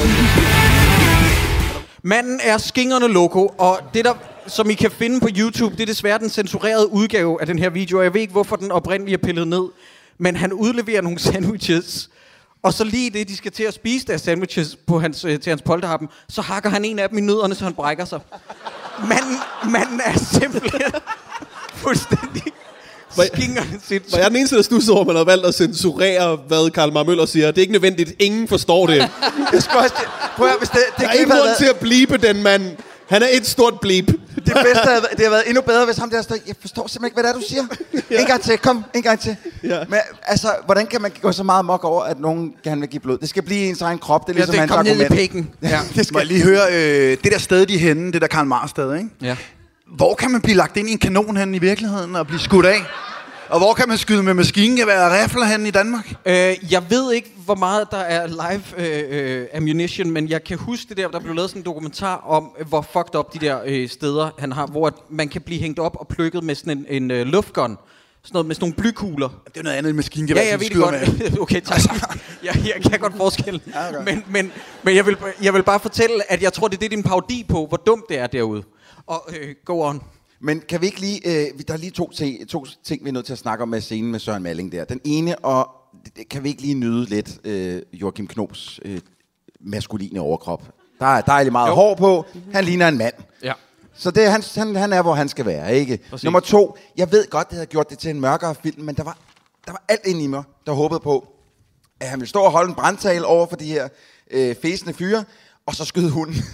Manden er skingrende loco, og det der, som I kan finde på YouTube, det er desværre den censurerede udgave af den her video. Jeg ved ikke, hvorfor den oprindeligt er pillet ned, men han udleverer nogle sandwiches, og så lige det, de skal til at spise deres sandwiches på til hans polterhappen, så hakker han en af dem i nødderne, så han brækker sig. Manden er simpelthen fuldstændig skingrende sindssygt. Var jeg den eneste, der stussede over, man har valgt at censurere, hvad Karl Marr Møller siger? Det er ikke nødvendigt. Ingen forstår det. Prøv at, hvis det der er ikke grund til at blibe den mand. Han er et stort blip. Det bedste det har været endnu bedre, hvis ham der står. Jeg forstår simpelthen ikke, hvad det er, du siger. Ja. En gang til, kom, en gang til. Ja. Men altså, hvordan kan man gå så meget mok over, at nogen gerne vil give blod? Det skal blive ens egen krop, det er ligesom hans argument. Det ned i pikken. Ja. Må jeg lige høre, det der sted, de er henne, det der Karl Marr sted, ikke? Ja. Hvor kan man blive lagt ind i en kanon henne i virkeligheden og blive skudt af? Og hvor kan man skyde med maskingevær og rifler henne i Danmark? Jeg ved ikke, hvor meget der er live ammunition, men jeg kan huske det der blev lavet sådan en dokumentar om, hvor fucked up de der steder han har, hvor man kan blive hængt op og plukket med sådan en luftgun. Sådan noget med sådan nogle blykugler. Det er noget andet end maskingevær, ja, jeg ved det godt. Okay, tak. Jeg kan godt forskelle. Ja, okay. Men jeg vil bare fortælle, at jeg tror, det er din parodi på, hvor dumt det er derude. Og go on. Men kan vi ikke lige... der er lige to ting, vi er nødt til at snakke om med scenen med Søren Malling der. Den ene, og kan vi ikke lige nyde lidt Joachim Knobs maskuline overkrop? Der er dejligt meget hår på. Han ligner en mand. Ja. Så det, han er, hvor han skal være, ikke? Præcis. Nummer 2. Jeg ved godt, det havde gjort det til en mørkere film, men der var alt inde i mig, der håbede på, at han ville stå og holde en brandtale over for de her fæsende fyre, og så skyde hunden.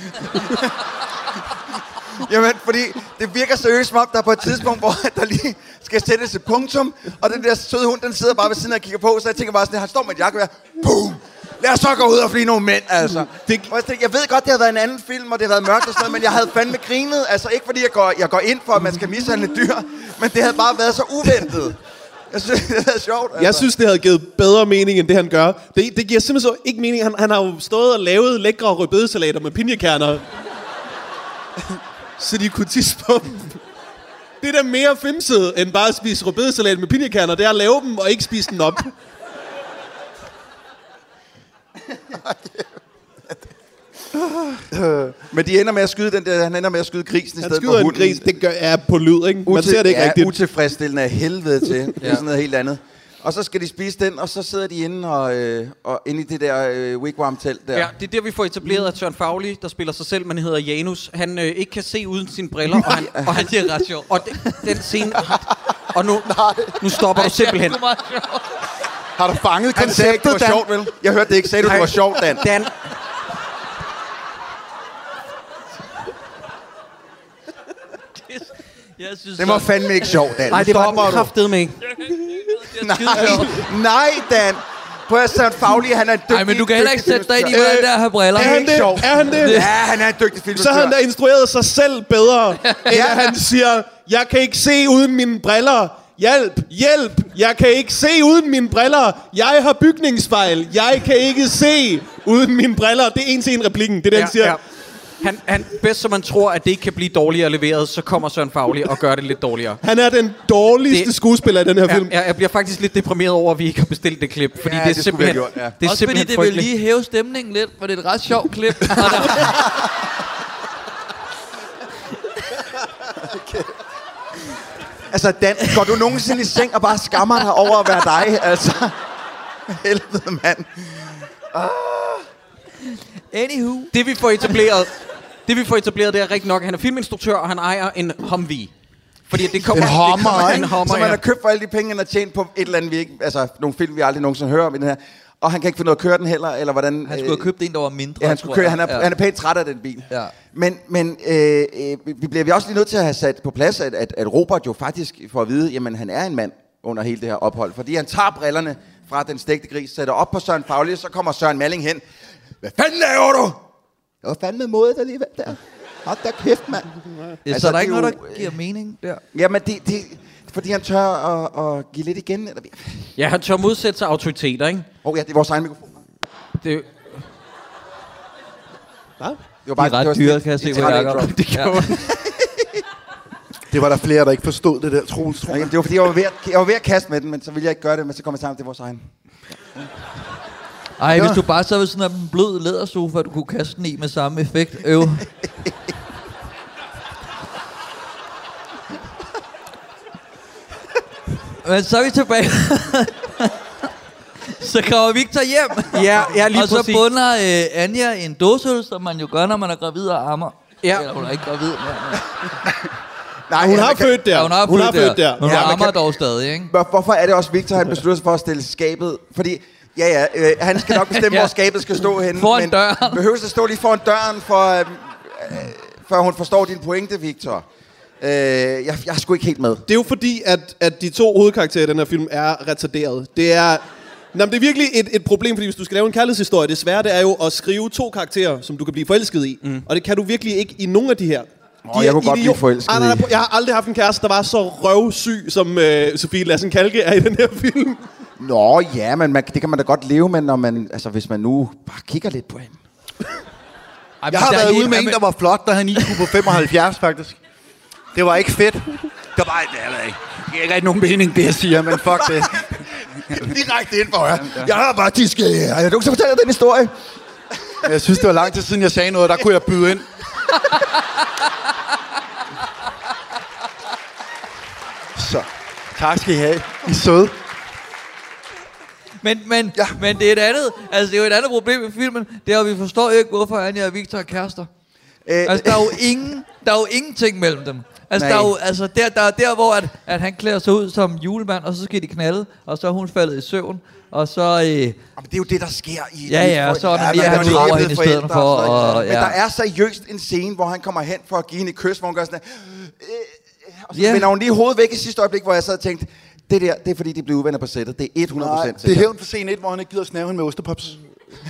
Jamen, fordi det virker seriøst som om, der er på et tidspunkt, hvor der lige skal sættes et punktum, og den der søde hund, den sidder bare ved siden og kigger på, så jeg tænker bare sådan, han står med et jakkevær, boom! Lad os så gå ud og flie nogle mænd, altså. Jeg ved godt, det har været en anden film, og det har været mørkt og sådan noget, men jeg havde fandme grinet, altså ikke fordi jeg går ind for, at man skal mishandle dyr, men det havde bare været så uventet. Jeg synes, det havde sjovt. Altså. Jeg synes, det havde givet bedre mening, end det han gør. Det giver simpelthen så ikke mening. Han har jo stået og lavet lækre rødbedesalater med pinjekerner. Så de kunne tisse på dem. Det er da mere femset, end bare at spise rødbedesalat med pinjekerner. Det er at lave dem og ikke spise den op. Men de ender med at skyde den der, han ender med at skyde grisen i stedet for hunden. Han skyder en gris, det er på lyd, ikke? Man ser det ikke rigtigt. Utilfredsstillende af helvede til. Det er sådan noget helt andet. Og så skal de spise den, og så sidder de inde og inde i det der wigwam-telt der. Ja, det er der, vi får etableret, at Søren Fauli, der spiller sig selv, men hedder Janus, han ikke kan se uden sine briller, og han det er ret sjovt. Og den scene... Og nu stopper du simpelthen. Har du fanget konceptet, Dan? Det var sjovt, vel? Jeg hørte det ikke. Sagde du, det var sjovt, Dan? Dan. Det var fandme ikke sjovt, Dan. Nej, det var den kraftedeme ikke. Nej, Dan. Prøv at Søren Fauli, han er en dygtig... Nej, men du kan heller ikke sætte dig ind i, hvordan der har briller. Er han det? Er han det? Ja, han er en dygtig filmstruktør. Så har han da instrueret sig selv bedre, end at han siger, jeg kan ikke se uden mine briller. Hjælp, hjælp, jeg kan ikke se uden mine briller. Jeg har bygningsfejl. Jeg kan ikke se uden mine briller. Det er en til en replikken, det er det, han siger. Ja. Han bedst som man tror, at det ikke kan blive dårligere leveret, så kommer Søren Fauli og gør det lidt dårligere. Han er den dårligste skuespiller i den her film. Jeg bliver faktisk lidt deprimeret over, at vi ikke har bestilt det klip, fordi det er simpelthen gjort, det er også simpelthen fordi det vil lige hæve stemningen lidt, for det er et ret sjovt klip. Okay. Altså, Dan, går du nogensinde i seng og bare skammer dig over at være dig? Altså, helvede, mand. Anywho. Det vi får etableret, det er rigtig nok, at han er filminstruktør, og han ejer en Humvee. Fordi det kommer... En Hummer, som han har købt for alle de penge, han har tjent på et eller andet, vi ikke... Altså, nogle film, vi aldrig nogensinde hører om i den her. Og han kan ikke finde noget at køre den heller, eller hvordan... Han skulle have købt en, der var mindre. Ja, han skulle køre. Han er pænt træt af den bil. Ja. Men vi bliver også lige nødt til at have sat på plads, at Robert jo faktisk får at vide, jamen han er en mand under hele det her ophold. Fordi han tager brillerne fra den stegte gris, sætter op på Søren Fauli, så kommer Søren Malling hen. Hvad fanden laver du? Det var fandme modet alligevel der. Hold da kæft, mand. Altså, så er der ikke noget, der giver mening der? Jamen, Fordi han tør at give lidt igen? Eller? Ja, han tør modsætte sig autoriteter, ikke? Ja, det er vores egen mikrofon. Det... Hvad? Det var bare ret dyre, kan jeg se, hvor Jacob. Det gjorde han. Det var der flere, der ikke forstod det der, Troels. Ja, det var fordi, jeg var ved at kaste med den, men så ville jeg ikke gøre det, men så kom jeg sammen til vores egen. Ej, hvis du bare så ved sådan en blød lædersofa, du kunne kaste den i med samme effekt. Men så er vi tilbage. Så kommer Victor hjem. Ja, lige og så præcis. bunder Anja en dåseøl, som man jo gør, når man er gravid og ammer. Ja. Eller hun er ikke gravid. Nej, hun har født der. Ja, hun har født der. Men hun ammer dog stadig, ikke? Hvorfor er det også Victor, han beslutter sig for at stille skabet? Fordi, han skal nok bestemme, hvor skabet skal stå henne. Foran døren. Behøver at stå lige foran døren, før hun forstår din pointe, Victor. Jeg er sgu ikke helt med. Det er jo fordi, at de to hovedkarakterer i den her film er retarderet. Det er virkelig et problem, fordi hvis du skal lave en kærlighedshistorie, det svære det er jo at skrive to karakterer, som du kan blive forelsket i. Og det kan du virkelig ikke i nogen af de her. Jeg kunne godt blive forelsket i. Jeg har aldrig haft en kæreste, der var så røvsyg, som Sofie Lassen-Kalke er i den her film. Nå ja, men det kan man da godt leve med, når man, altså, hvis man nu bare kigger lidt på hende. Jeg har været ude med en, der var flot, der havde en IQ på 75, faktisk. Det var ikke fedt. Det var ikke rigtig nogen mening, det jeg siger, men fuck det. Direkte ind for jer. Jeg har faktisk... Har du ikke så fortælle den historie? Jeg synes, det var lang tid siden, jeg sagde noget, der kunne jeg byde ind. Så, tak skal I have. I er søde. Men det er et andet, altså det er jo et andet problem i filmen. Det er, at vi forstår ikke, hvorfor Anja og Victor er kærester. Altså der er jo ingenting mellem dem. Altså, der er jo, altså der hvor at han klæder sig ud som julemand, og så skal de knalde, og så er hun faldet i søvn, og så... Men det er jo det, der sker i... Ja, og så er han ud over hende i stedet for... Og, men der er seriøst en scene, hvor han kommer hen for at give hende et kys, hvor hun gør sådan og så vender hun lige hovedet væk i sidste øjeblik, hvor jeg sad og tænkte, det der, det er fordi, de blev uvenner på sættet. Det er 100% Nej, det er hævn for scene 1, hvor han ikke gider snæve hende med ostepops.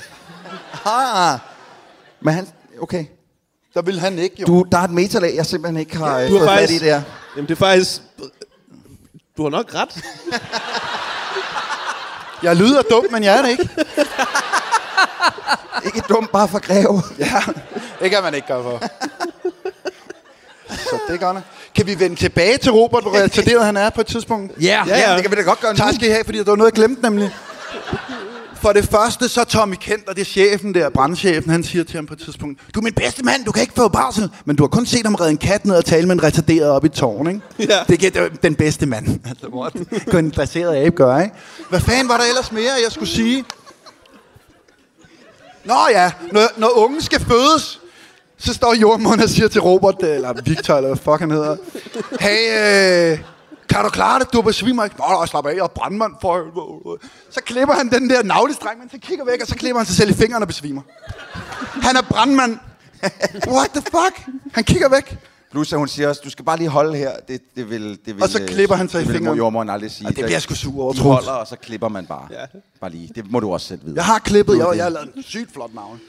Men han... Okay. Der vil han ikke, jo. Der er et metalag, jeg simpelthen ikke har fået fat i der. Jamen, det er faktisk... Du har nok ret. Jeg lyder dum, men jeg er det ikke. Ikke dum, bare for Greve. Ja, det kan man ikke gøre for. Så det gør det. Kan vi vende tilbage til Robert, hvor retarderet han er på et tidspunkt? Ja, det kan vi da godt gøre nu. Tak skal I have, fordi der var noget, jeg glemte nemlig. For det første, så Tommy Kent, og det er chefen der, brandchefen, han siger til ham på et tidspunkt, du er min bedste mand, du kan ikke få barsel, men du har kun set ham redde en kat ned og tale med en retarderet op i tårn, ikke? Ja. Det er den bedste mand. Altså, what? Kunne en dresseret abe gøre, ikke? Hvad fanden var der ellers mere, jeg skulle sige? Nå ja, når ungen skal fødes, så står jordmoren og siger til Robert, eller Victor, eller hvad fuck han hedder, hey, kan du klare det? Du besvimer ikke. Nå, slap af, jeg er brandmand for... Så klipper han den der navlestreng, men så kigger væk, og så klipper han sig selv i fingrene og besvimer. Han er brandmand. What the fuck? Han kigger væk. Plus, at hun siger også, du skal bare lige holde her. Det vil og så klipper han sig i fingrene. Det vil jordmoren aldrig sige. Og det bliver jeg sgu sur over. De holder, og så klipper man bare. Ja. Bare lige. Det må du også selv vide. Jeg har klippet, jeg har lavet en sygt flot navn.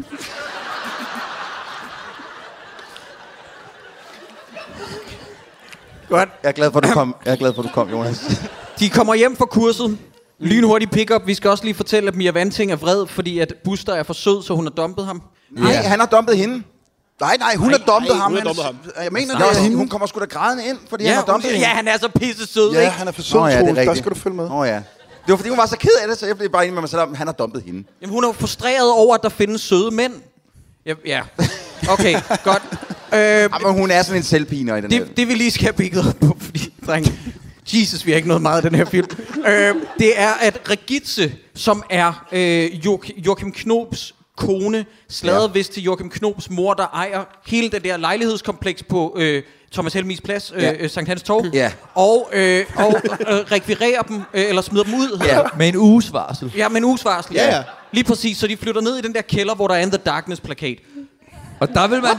Godt. Jeg er glad for, at du kom, Jonas. De kommer hjem fra kurset. Lynhurtig pick-up. Vi skal også lige fortælle, at Mia Wanting er vred, fordi at Buster er for sød, så hun har dumpet ham. Nej, han har dumpet hende. Nej, hun har dumpet ham. Jeg mener, det er hende. Hun kommer sgu da grædende ind, fordi han har dumpet hende. Ja, han er så pisse sød, ikke? Ja, han er for sød, der skal du følge med. Ja. Det var fordi, hun var så ked af det, så jeg blev bare enig med mig selv om, han har dumpet hende. Jamen, hun er frustreret over, at der findes søde mænd. Ja. Okay, godt. Men hun er sådan en selvpiner i den her. Det vi lige skal have bigget op på, fordi, dreng, Jesus, vi har ikke noget meget af den her film. Det er, at Regitze, som er Joachim Knobs kone, slaget vist til Joachim Knobs mor, der ejer hele det der lejlighedskompleks på Thomas Helmis Plads, Sankt Hans Torv, og rekvirerer dem, eller smider dem ud. Med en uges varsel. Ja, med en uges varsel, ja. Lige præcis, så de flytter ned i den der kælder, hvor der er en The Darkness-plakat. Og der vil man...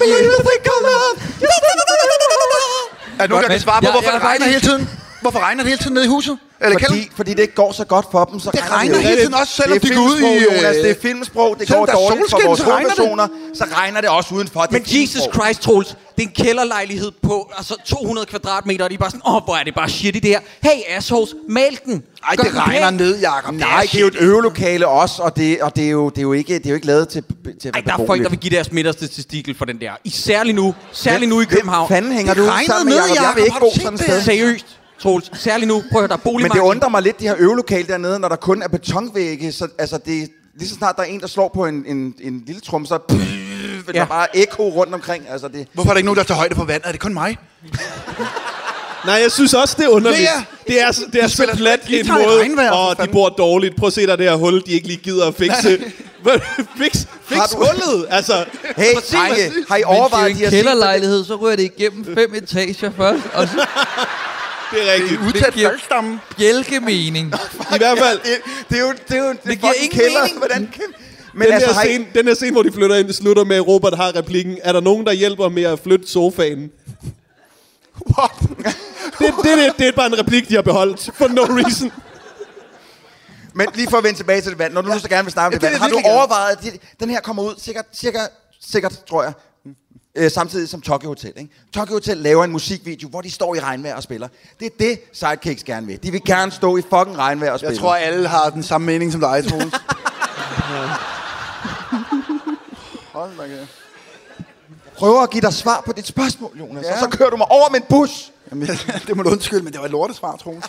Er du nogen, der kan svare på, hvorfor regner det hele tiden? Hvorfor regner det hele tiden nede i huset? Fordi det ikke går så godt for dem, så det regner hele tiden også, selvom de går ud i... Jonas, det er filmsprog, det går dårligt for vores hovedpersoner, så regner det også udenfor. Men Jesus Christ, Troels, det er en kælderlejlighed på 200 kvadratmeter, og de er bare sådan, hvor er det bare shit i det her. Hey, assholes, mal den! Ej, det regner ned, Jacob. Nej, det er jo et øvelokale også, og det er jo ikke lavet til ej, der er folk, der vil give deres midterste testikel for den der. Særligt nu i København. Fanden hænger du sammen med Jacob? Jeg vil ikke bo sådan et sted. Seriøst, Troels. Særligt nu. Prøv at der er boligmangel. Men det undrer mig lidt, de her øvelokale dernede, når der kun er betonvægge. Så, altså, det, lige så snart der er en, der slår på en lille trum, så vil der bare ekko rundt omkring. Altså, det. Hvorfor er der ikke nogen, der tager højde for vandet? Er det kun mig? Nej, jeg synes også, det er underligt. Det er så plat i en måde, og de bor dårligt. Prøv at se der det her hul, de ikke lige gider at fikse. Fix hullet, altså. Hey, drenge, har I overvejet, de har kælderlejlighed, så ryger det igennem 5 etager først. Og så det er rigtigt. Udtæt faldstamme. Bjælkemening. I hvert fald. Det giver ingen mening. Hvordan men den her scene, hvor de flytter ind, det slutter med, at Robert har replikken. Er der nogen, der hjælper med at flytte sofaen? What? det er bare en replik, de har beholdt. For no reason. Men lige for at vende tilbage til det vand. Når du så gerne vil snakke om det vand. Har du overvejet, at den her kommer ud sikkert, tror jeg, samtidig som Tokyo Hotel. Ikke? Tokyo Hotel laver en musikvideo, hvor de står i regnvejr og spiller. Det er det, Sidekicks gerne vil. De vil gerne stå i fucking regnvejr og spille. Jeg tror, alle har den samme mening som dig, Troels. Hold da kæft. Prøver at give dig svar på dit spørgsmål, Jonas, og så kører du mig over med en bus. Jamen, det må du undskylde, men det var et lortesvar, Troels.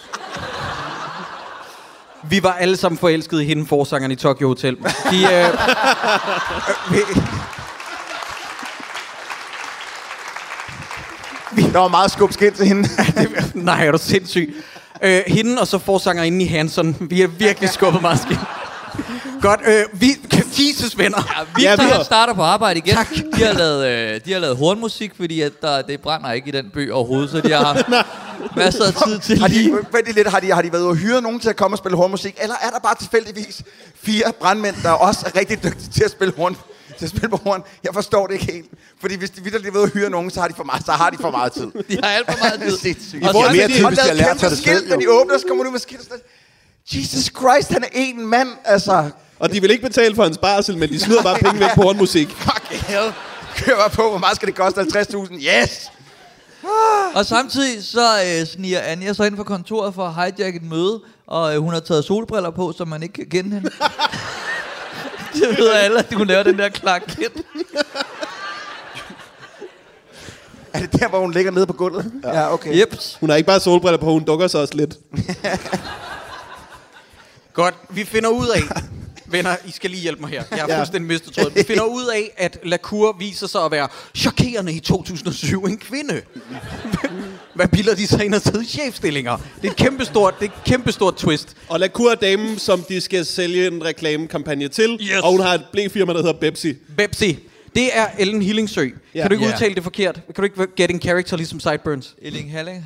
Vi var alle sammen forelskede i hende, forsangeren i Tokyo Hotel. Der var meget skubskind til hende. Nej, er du sindssyg. Hende og så forsangeren i Hanson. Vi har virkelig skubbet meget skind. Godt, Jesus venner. Victor starter på arbejde igen. Tak. De har lavet hornmusik, fordi at det brænder ikke i den by overhovedet, så de har haft masser af tid til. Har de været ude og hyre nogen til at komme og spille hornmusik, eller er der bare tilfældigvis 4 brandmænd, der også er rigtig dygtige til at spille horn? På horn. Jeg forstår det ikke helt. Fordi hvis de virkelig ved at hyre nogen, så har de for meget tid. De har alt for meget tid. I får mere tid, hvis jeg lærer at tage det selv. Når de åbner, så kommer du med skilt. Jesus Christ, han er en mand, altså. Og de vil ikke betale for hans barsel, men de smider bare penge væk på hornmusik. Fuck hell. Kør bare på, hvor meget skal det koste? 50.000? Yes! Og samtidig så sniger Anja så ind på kontoret for at hijack et møde, og hun har taget solbriller på, så man ikke kan kende hende. Det ved alle, at hun laver den der Clark Kent. Er det der, hvor hun ligger nede på gulvet? Ja, okay. Yep. Hun har ikke bare solbriller på, hun dukker sig også lidt. Godt, vi finder ud af... Venner, I skal lige hjælpe mig her. Jeg har fuldstændig mistet tråden. Vi finder ud af, at Lacour viser sig at være chokerende i 2007. En kvinde. Hvad bilder de sig ind og sidde i chefstillinger? Det er et kæmpestort twist. Og Lacour er damen, som de skal sælge en reklamekampagne til. Yes. Og hun har et blæfirma, der hedder Pepsi. Pepsi. Det er Ellen Hillingsø. Yeah. Kan du ikke udtale det forkert? Kan du ikke get in character ligesom Sideburns? Ellen Halling.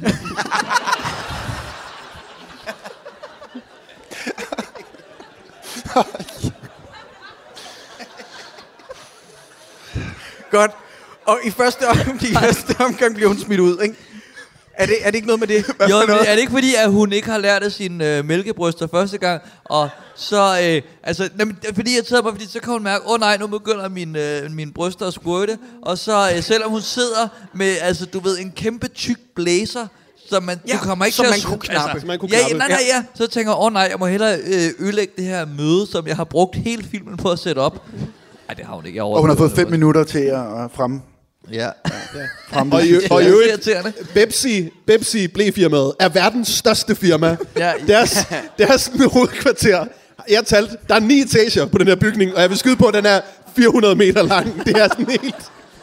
Godt. Og i første omgang bliver hun smidt ud, ikke? Er det ikke noget med det? Jo, men er det ikke fordi, at hun ikke har lært af sine mælkebryster første gang? Og så, fordi jeg tager mig, fordi så kan hun mærke, nej, nu begynder mine bryster at squirte. Og så, selvom hun sidder med, du ved, en kæmpe tyk blæser, så du kommer ikke til at kunne knappe. Så tænker jeg, jeg må hellere ødelægge det her møde, som jeg har brugt hele filmen på at sætte op. Nej, det har hun ikke. Og hun har fået 5 minutter til at fremme. Ja. Og i øvrigt, Pepsi blæfirmaet er verdens største firma. Deres hovedkvarter, jeg talte, der er 9 etager på den her bygning, og jeg vil skyde på, at den er 400 meter lang. Det er sådan helt...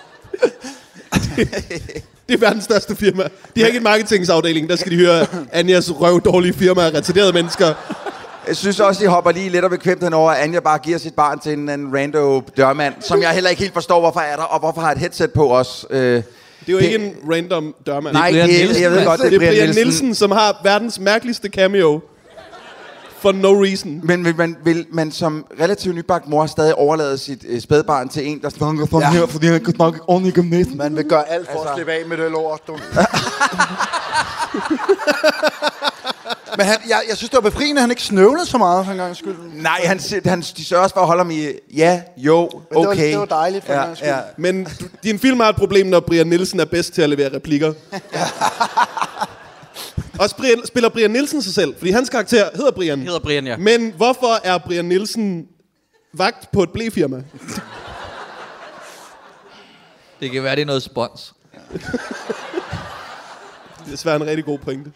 Det er verdens største firma. De har ikke en marketingsafdeling, der skal de høre Anjas røvdårlige firma af retarderede mennesker. Jeg synes også, de hopper lige lidt og bekvemt henover, at Anja bare giver sit barn til en rando dørmand, som jeg heller ikke helt forstår, hvorfor er der, og hvorfor har et headset på os. Det er jo ikke en random dørmand. Nej, jeg ved godt, det er Brian Nielsen, som har verdens mærkeligste cameo. For no reason. Men vil man som relativt nybagt mor stadig overlade sit spædbarn til en, der snakker for her, fordi han kan snakke ordentligt om næsten? Man vil gøre alt for at slippe af med det lort, du. Men jeg synes, det var befriende, at han ikke snøvlede så meget for en gang skyld. Nej, de sørger også for at holde ham i, okay. Det var dejligt for en gang skyld. Ja. Men din film har et problem, når Brian Nielsen er bedst til at levere replikker. Og spiller Brian Nielsen sig selv? Fordi hans karakter hedder Brian. Hedder Brian, ja. Men hvorfor er Brian Nielsen vagt på et blæfirma? Det kan være, det er noget spons. Det er svært en rigtig god pointe.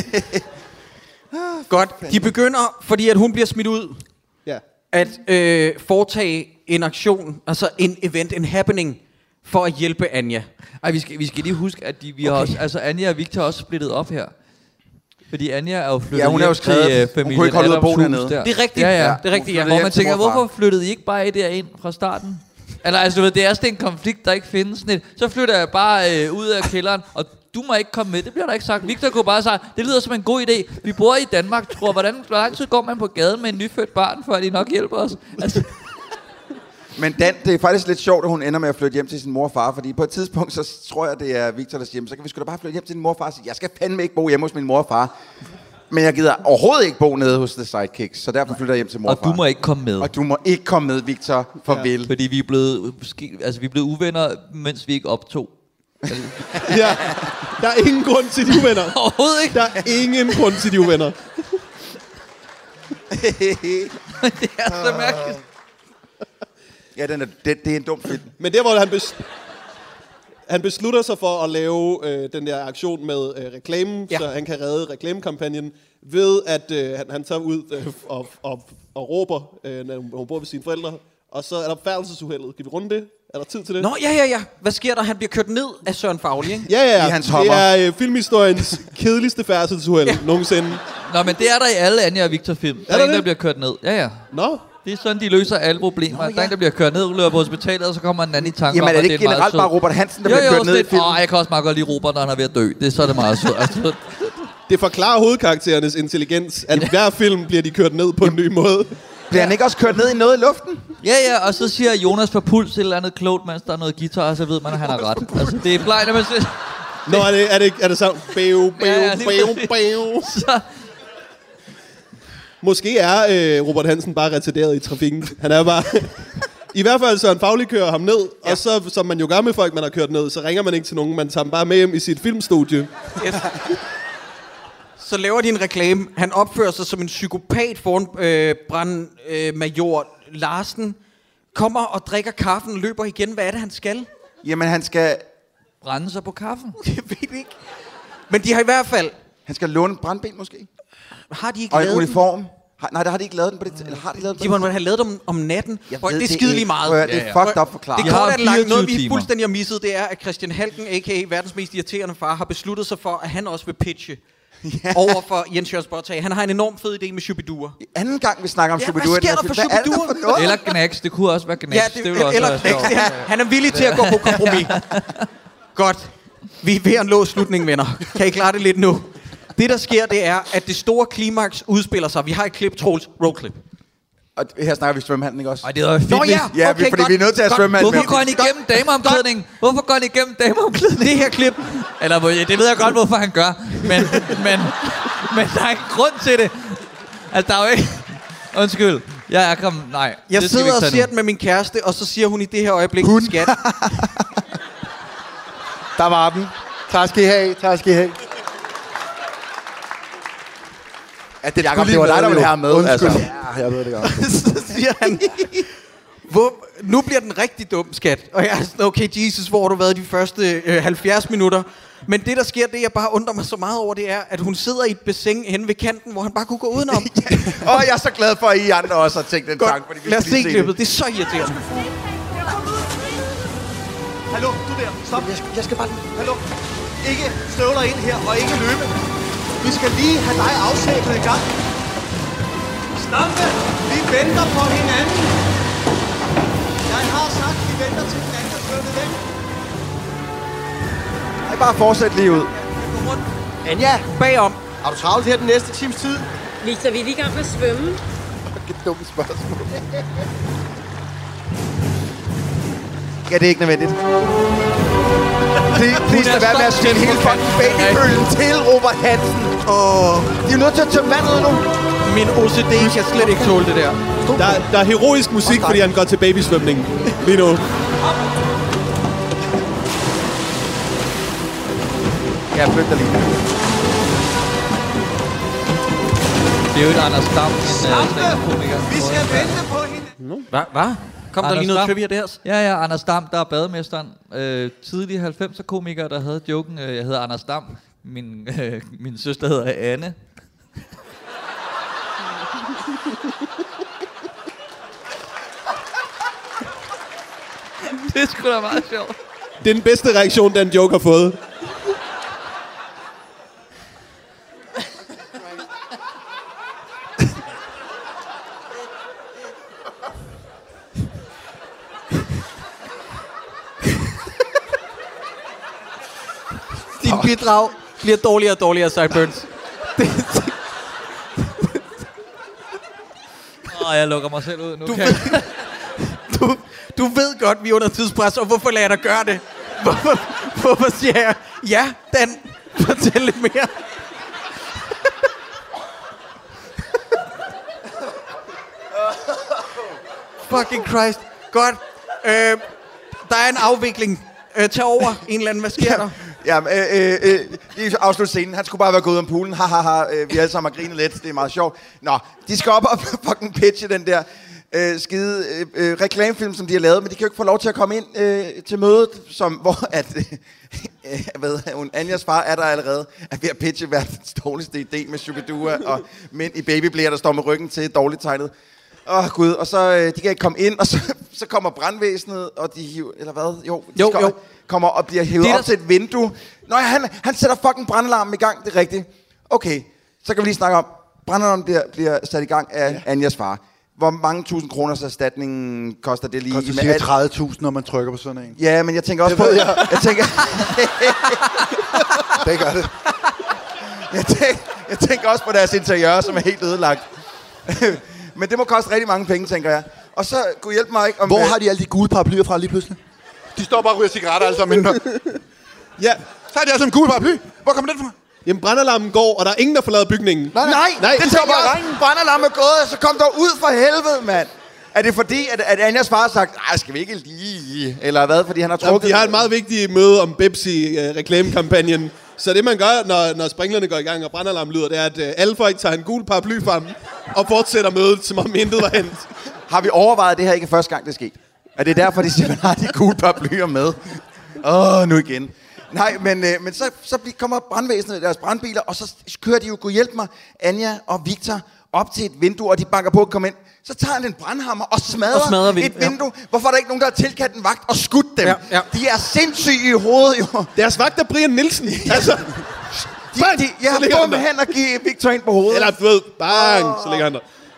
Godt. De begynder, fordi at hun bliver smidt ud, at foretage en aktion, altså en event, en happening, for at hjælpe Anja. Ej, vi skal lige huske, at vi har også, altså Anja og Victor er også splittet op her. Fordi Anja er jo flyttet hun er jo skrevet, hun kunne ikke holde ud at bo dernede. Det er rigtigt, det er rigtigt, ja. Hvor man tænker, hvorfor flyttede I ikke bare derind fra starten? Eller altså, du ved, det er sådan en konflikt, der ikke findes. Så flytter jeg bare ud af kælderen, og du må ikke komme med. Det bliver der ikke sagt. Victor kunne bare sige, det lyder som en god idé. Vi bor i Danmark, tror. Hvor lang tid går man på gaden med en nyfødt barn, før de nok hjælper os? Altså. Men Dan, det er faktisk lidt sjovt, at hun ender med at flytte hjem til sin mor og far. Fordi på et tidspunkt, så tror jeg, det er Victor, der siger, så kan vi sgu da bare flytte hjem til din mor og far og sige, jeg skal fandme ikke bo hjemme hos min mor og far. Men jeg gider overhovedet ikke bo nede hos The Sidekicks, så derfor flytter jeg hjem til mor og far. Og du må ikke komme med. Og du må ikke komme med, Victor. Farvel. Ja, fordi vi er blevet uvenner, mens vi ikke optog. Ja, der er ingen grund til, de uvenner. Overhovedet ikke. Der er ingen grund til, de uvenner. Det er så mærkeligt. Ja, det er en dum film. Men der, hvor han beslutter sig for at lave den der aktion med reklamen, så han kan redde reklamekampagnen, ved at han tager ud og råber, når hun bor ved sine forældre. Og så er der færdselsuheldet. Kan vi runde det? Er der tid til det? Nå, ja. Hvad sker der? Han bliver kørt ned af Søren Fauli, ikke? Ja. I hans hopper. Det er filmhistoriens kedeligste færdselsuheld nogensinde. Nå, men det er der i alle Anja og Victor-film. Der er en, der bliver kørt ned. Ja. Nå. Det er sådan, de løser alle problemer. Der er en, der bliver kørt ned, løber på hospitalet, og så kommer en anden i tanke om, at det er ikke generelt bare Robert Hansen, der bliver kørt ned i filmen? Jeg kan også meget godt lide Robert, når han er ved at dø. Det er så det meget sødt. Altså. Det forklarer hovedkarakterernes intelligens, at hver film bliver de kørt ned på en ny måde. Bliver han ikke også kørt ned i noget i luften? Ja, og så siger Jonas på puls et eller andet klogt, mens der er noget guitar, og så ved man, at han har ret. Altså, det er plejer, når man siger... Nå, er det sådan? Bæv. Så... Måske er Robert Hansen bare retarderet i trafikken. Han er bare... I hvert fald Søren Fauli kører ham ned, og så, som man jo gør med folk, man har kørt ned, så ringer man ikke til nogen, man tager dem bare med hjem i sit filmstudie. Yes. Så laver de en reklame. Han opfører sig som en psykopat foran brandmajor Larsen. Kommer og drikker kaffen, løber igen. Hvad er det, han skal? Jamen, han skal... brænde sig på kaffen? Jeg ved ikke. Men de har i hvert fald... Han skal låne brandben, måske? Har de ikke og lavet en uniform? Nej, der har de ikke lavet den på det. Eller har de lavet den? De må have lavet dem om natten. Det er skide lige meget. Det er fucked up forklaret. Det korte er langt. Noget, vi fuldstændig har misset, det er, at Christian Halken, a.k.a. verdens mest irriterende far, har besluttet sig for, at han også vil pitche over for Jens Jørgens Bortage. Han har en enorm fed idé med Shubidur. Anden gang, vi snakker om Shubidur. Hvad sker der for Shubidur? Eller Gnax. Det kunne også være Gnax. Ja, eller Gnax. Han er villig til at gå på kompromis. Godt. Vi er ved at nå slutningen, venner. Kan I klare det lidt nu? Det, der sker, det er, at det store klimaks udspiller sig. Vi har et klip, Troels. Roadclip. Og her snakker vi svømmehallen, ikke også? Ej, det er fint. Nå, ja, okay, fordi vi er nødt til at svømmehallen. Hvorfor går han igennem dameomklædningen? Hvorfor går han igennem dameomklædningen? Det her klip. Eller, det ved jeg godt, hvorfor han gør. Men der er ikke grund til det. Altså, der er jo ikke... Undskyld. Jeg sidder og ser den med min kæreste, og så siger hun i det her øjeblik, skat. Der var den. Tak skal I have. Ja, Jacob, det var dig, der ville have med. Altså. Ja, jeg ved det godt. Så siger han, nu bliver den rigtig dum, skat. Og jeg er sådan, okay, Jesus, hvor har du været de første 70 minutter? Men det, der sker, det jeg bare undrer mig så meget over, det er, at hun sidder i et bassin henne ved kanten, hvor han bare kunne gå udenom. Og jeg er så glad for, at I andre også har tænkt den tanke. Lad os se klippet. Det er så irriterende. Hallo, du der. Stop. Jeg skal bare... Hallo. Ikke støvler ind her, og ikke løbe. Vi skal lige have dig afsættet i gang. Stampe, vi venter på hinanden. Jeg har sagt, vi venter til den anden er svømmet væk. Nej, bare fortsæt lige ud. Anja, bagom. Har du travlt her den næste times tid? Victor, vi er lige i gang med at svømme. Det er dumt spørgsmål. Ja, det er ikke nødvendigt. Please lad være med at spille hele fucking babykøllen til Robert Hansen. De er jo nødt til at tømme vandet nu. Min OCD kan slet ikke tåle det der. Der er heroisk musik, fordi han går til babysvømning lige nu. Jeg flygter lige. Det er jo et Anders Dam, stand-up-komiker. Vi skal vente på hende. Hvad? Kom der lige noget trivia der? Ja, Anders Dam, der er bademesteren. Tidlig 90'er komiker, der havde joken, jeg hedder Anders Dam. Min søster hedder Anne. Det er sgu da meget sjovt. Det er den bedste reaktion, den joke har fået. Din bidrag bliver dårligere og dårligere, Sideburns. Jeg lukker mig selv ud nu. Du ved godt, vi er under tidspres, og hvorfor lader jeg dig gøre det? Hvorfor siger jeg, ja, Dan, fortæl lidt mere. Fucking Christ. Godt. Der er en afvikling. Tag over en eller anden. Hvad sker der? Ja, lige afslut scenen. Han skulle bare være gået ud om poolen. Vi alle sammen har grinet lidt. Det er meget sjovt. Nå, de skal op og fucking pitche den der skide reklamefilm, som de har lavet, men de kan jo ikke få lov til at komme ind til mødet, hvor Anjas far er der allerede, er ved at pitche verdens dårligste idé med Shubidua og mænd i babyblæer, der står med ryggen til dårligt tegnet. Gud, og så de kan ikke komme ind, og så kommer brandvæsenet, og de hiver, eller hvad? Jo. Kommer og bliver hævet op til et vindue. Nå ja, han sætter fucking brandalarmen i gang, det er rigtigt. Okay, så kan vi lige snakke om, brandalarmen bliver sat i gang af Anjas far. Hvor mange 1000 kroners erstatning koster det lige? Koster cirka 30.000, når man trykker på sådan en. Ja, men jeg tænker også på... Jeg tænker... Det gør det. Jeg tænker også på deres interiør, som er helt ødelagt. Men det må koste rigtig mange penge, tænker jeg. Og så kunne hjælpe mig ikke om... Hvor har de alle de gule paraplyer fra lige pludselig? De står bare og ryger cigaretter alle sammen inden. Ja. Så er de altså en gule paraply. Hvor kommer den fra? Jamen, brandalarmen går, og der er ingen, der forlader bygningen. Nej, det tager bare regnen. Brandalarmen er gået, så kom der ud for helvede, mand. Er det fordi, at Anjas far har sagt, nej, skal vi ikke lige... Eller hvad? Fordi han har trukket... De har et meget vigtigt møde om Pepsi-reklamekampagnen. Så det, man gør, når sprinklerne går i gang, og brandalarmen lyder, det er, at alle folk tager en gul paraply frem og fortsætter mødet, som om intet var hent. Har vi overvejet, det her ikke er første gang, det er sket? Er det derfor, de simpelthen har de gule paraplyer med? Nu igen. Nej, men så kommer brandvæsenet i deres brandbiler, og så kører de jo, Gud hjælp mig, Anja og Victor op til et vindue, og de banker på at komme ind. Så tager han en brandhammer og smadrer et vindue. Ja. Hvorfor er der ikke nogen, der har tilkaldt en vagt og skudt dem? Ja. De er sindssyge i hovedet, jo. Deres vagt er Brian Nielsen. Altså, jeg har prøvet med hen og give Victor ind på hovedet. Eller du ved, bang, så ligger han der.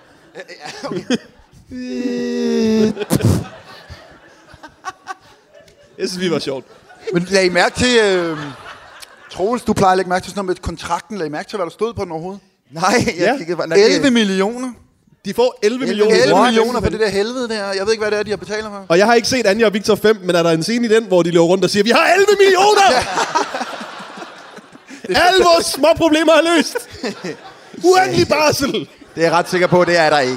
Jeg synes, vi var sjovt. Men lag I mærke til... Troels, du plejer at lægge mærke til sådan noget med kontrakten. Lag I mærke til, hvad der stod på den overhovedet? Nej, jeg kiggede bare... 11 millioner. De får 11 millioner. 11 millioner for det der helvede der. Jeg ved ikke, hvad det er, de har betalt for. Og jeg har ikke set Anja og Victor 5, men er der en scene i den, hvor de løber rundt og siger, vi har 11 millioner! Alle vores små problemer er løst. Uendelig barsel. Det er jeg ret sikker på, det er der ikke.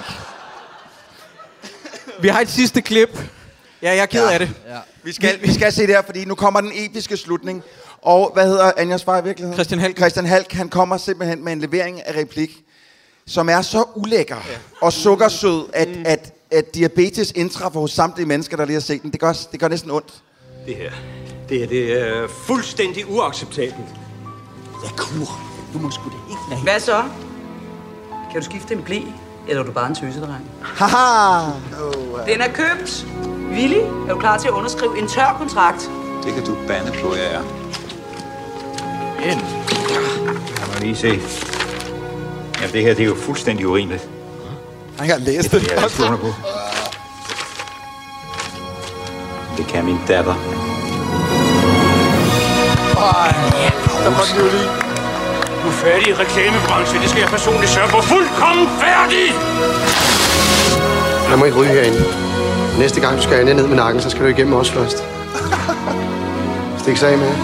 Vi har et sidste klip. Ja, jeg er ked af det. Ja. Vi skal se det her, fordi nu kommer den episke slutning. Og hvad hedder Anjas far i virkeligheden? Christian Halk, han kommer simpelthen med en levering af replik, som er så ulækker og sukkersød, at diabetes indtræffer hos samtlige mennesker, der lige har set den. Det gør næsten ondt. Det er fuldstændig uacceptabelt. Ja, kur. Du må sgu da ikke lade. Hvad så? Kan du skifte en ble, eller er du bare en tøsedreng? Haha! Den er købt. Willy, er du klar til at underskrive en tør kontrakt? Det kan du bande på, jeg er. Men, kan man lige se. Ja, det her, det er jo fuldstændig urimeligt. Jeg har læst det. Jeg er på. Det kan min datter. Så var det jo lige. Du er færdig i reklamebranchen. Det skal jeg personligt sørge for. Fuldkommen færdig! Jeg må ikke ryge herinde. Næste gang, du skal have ned med nakken, så skal du igennem os først. Stik sig af med.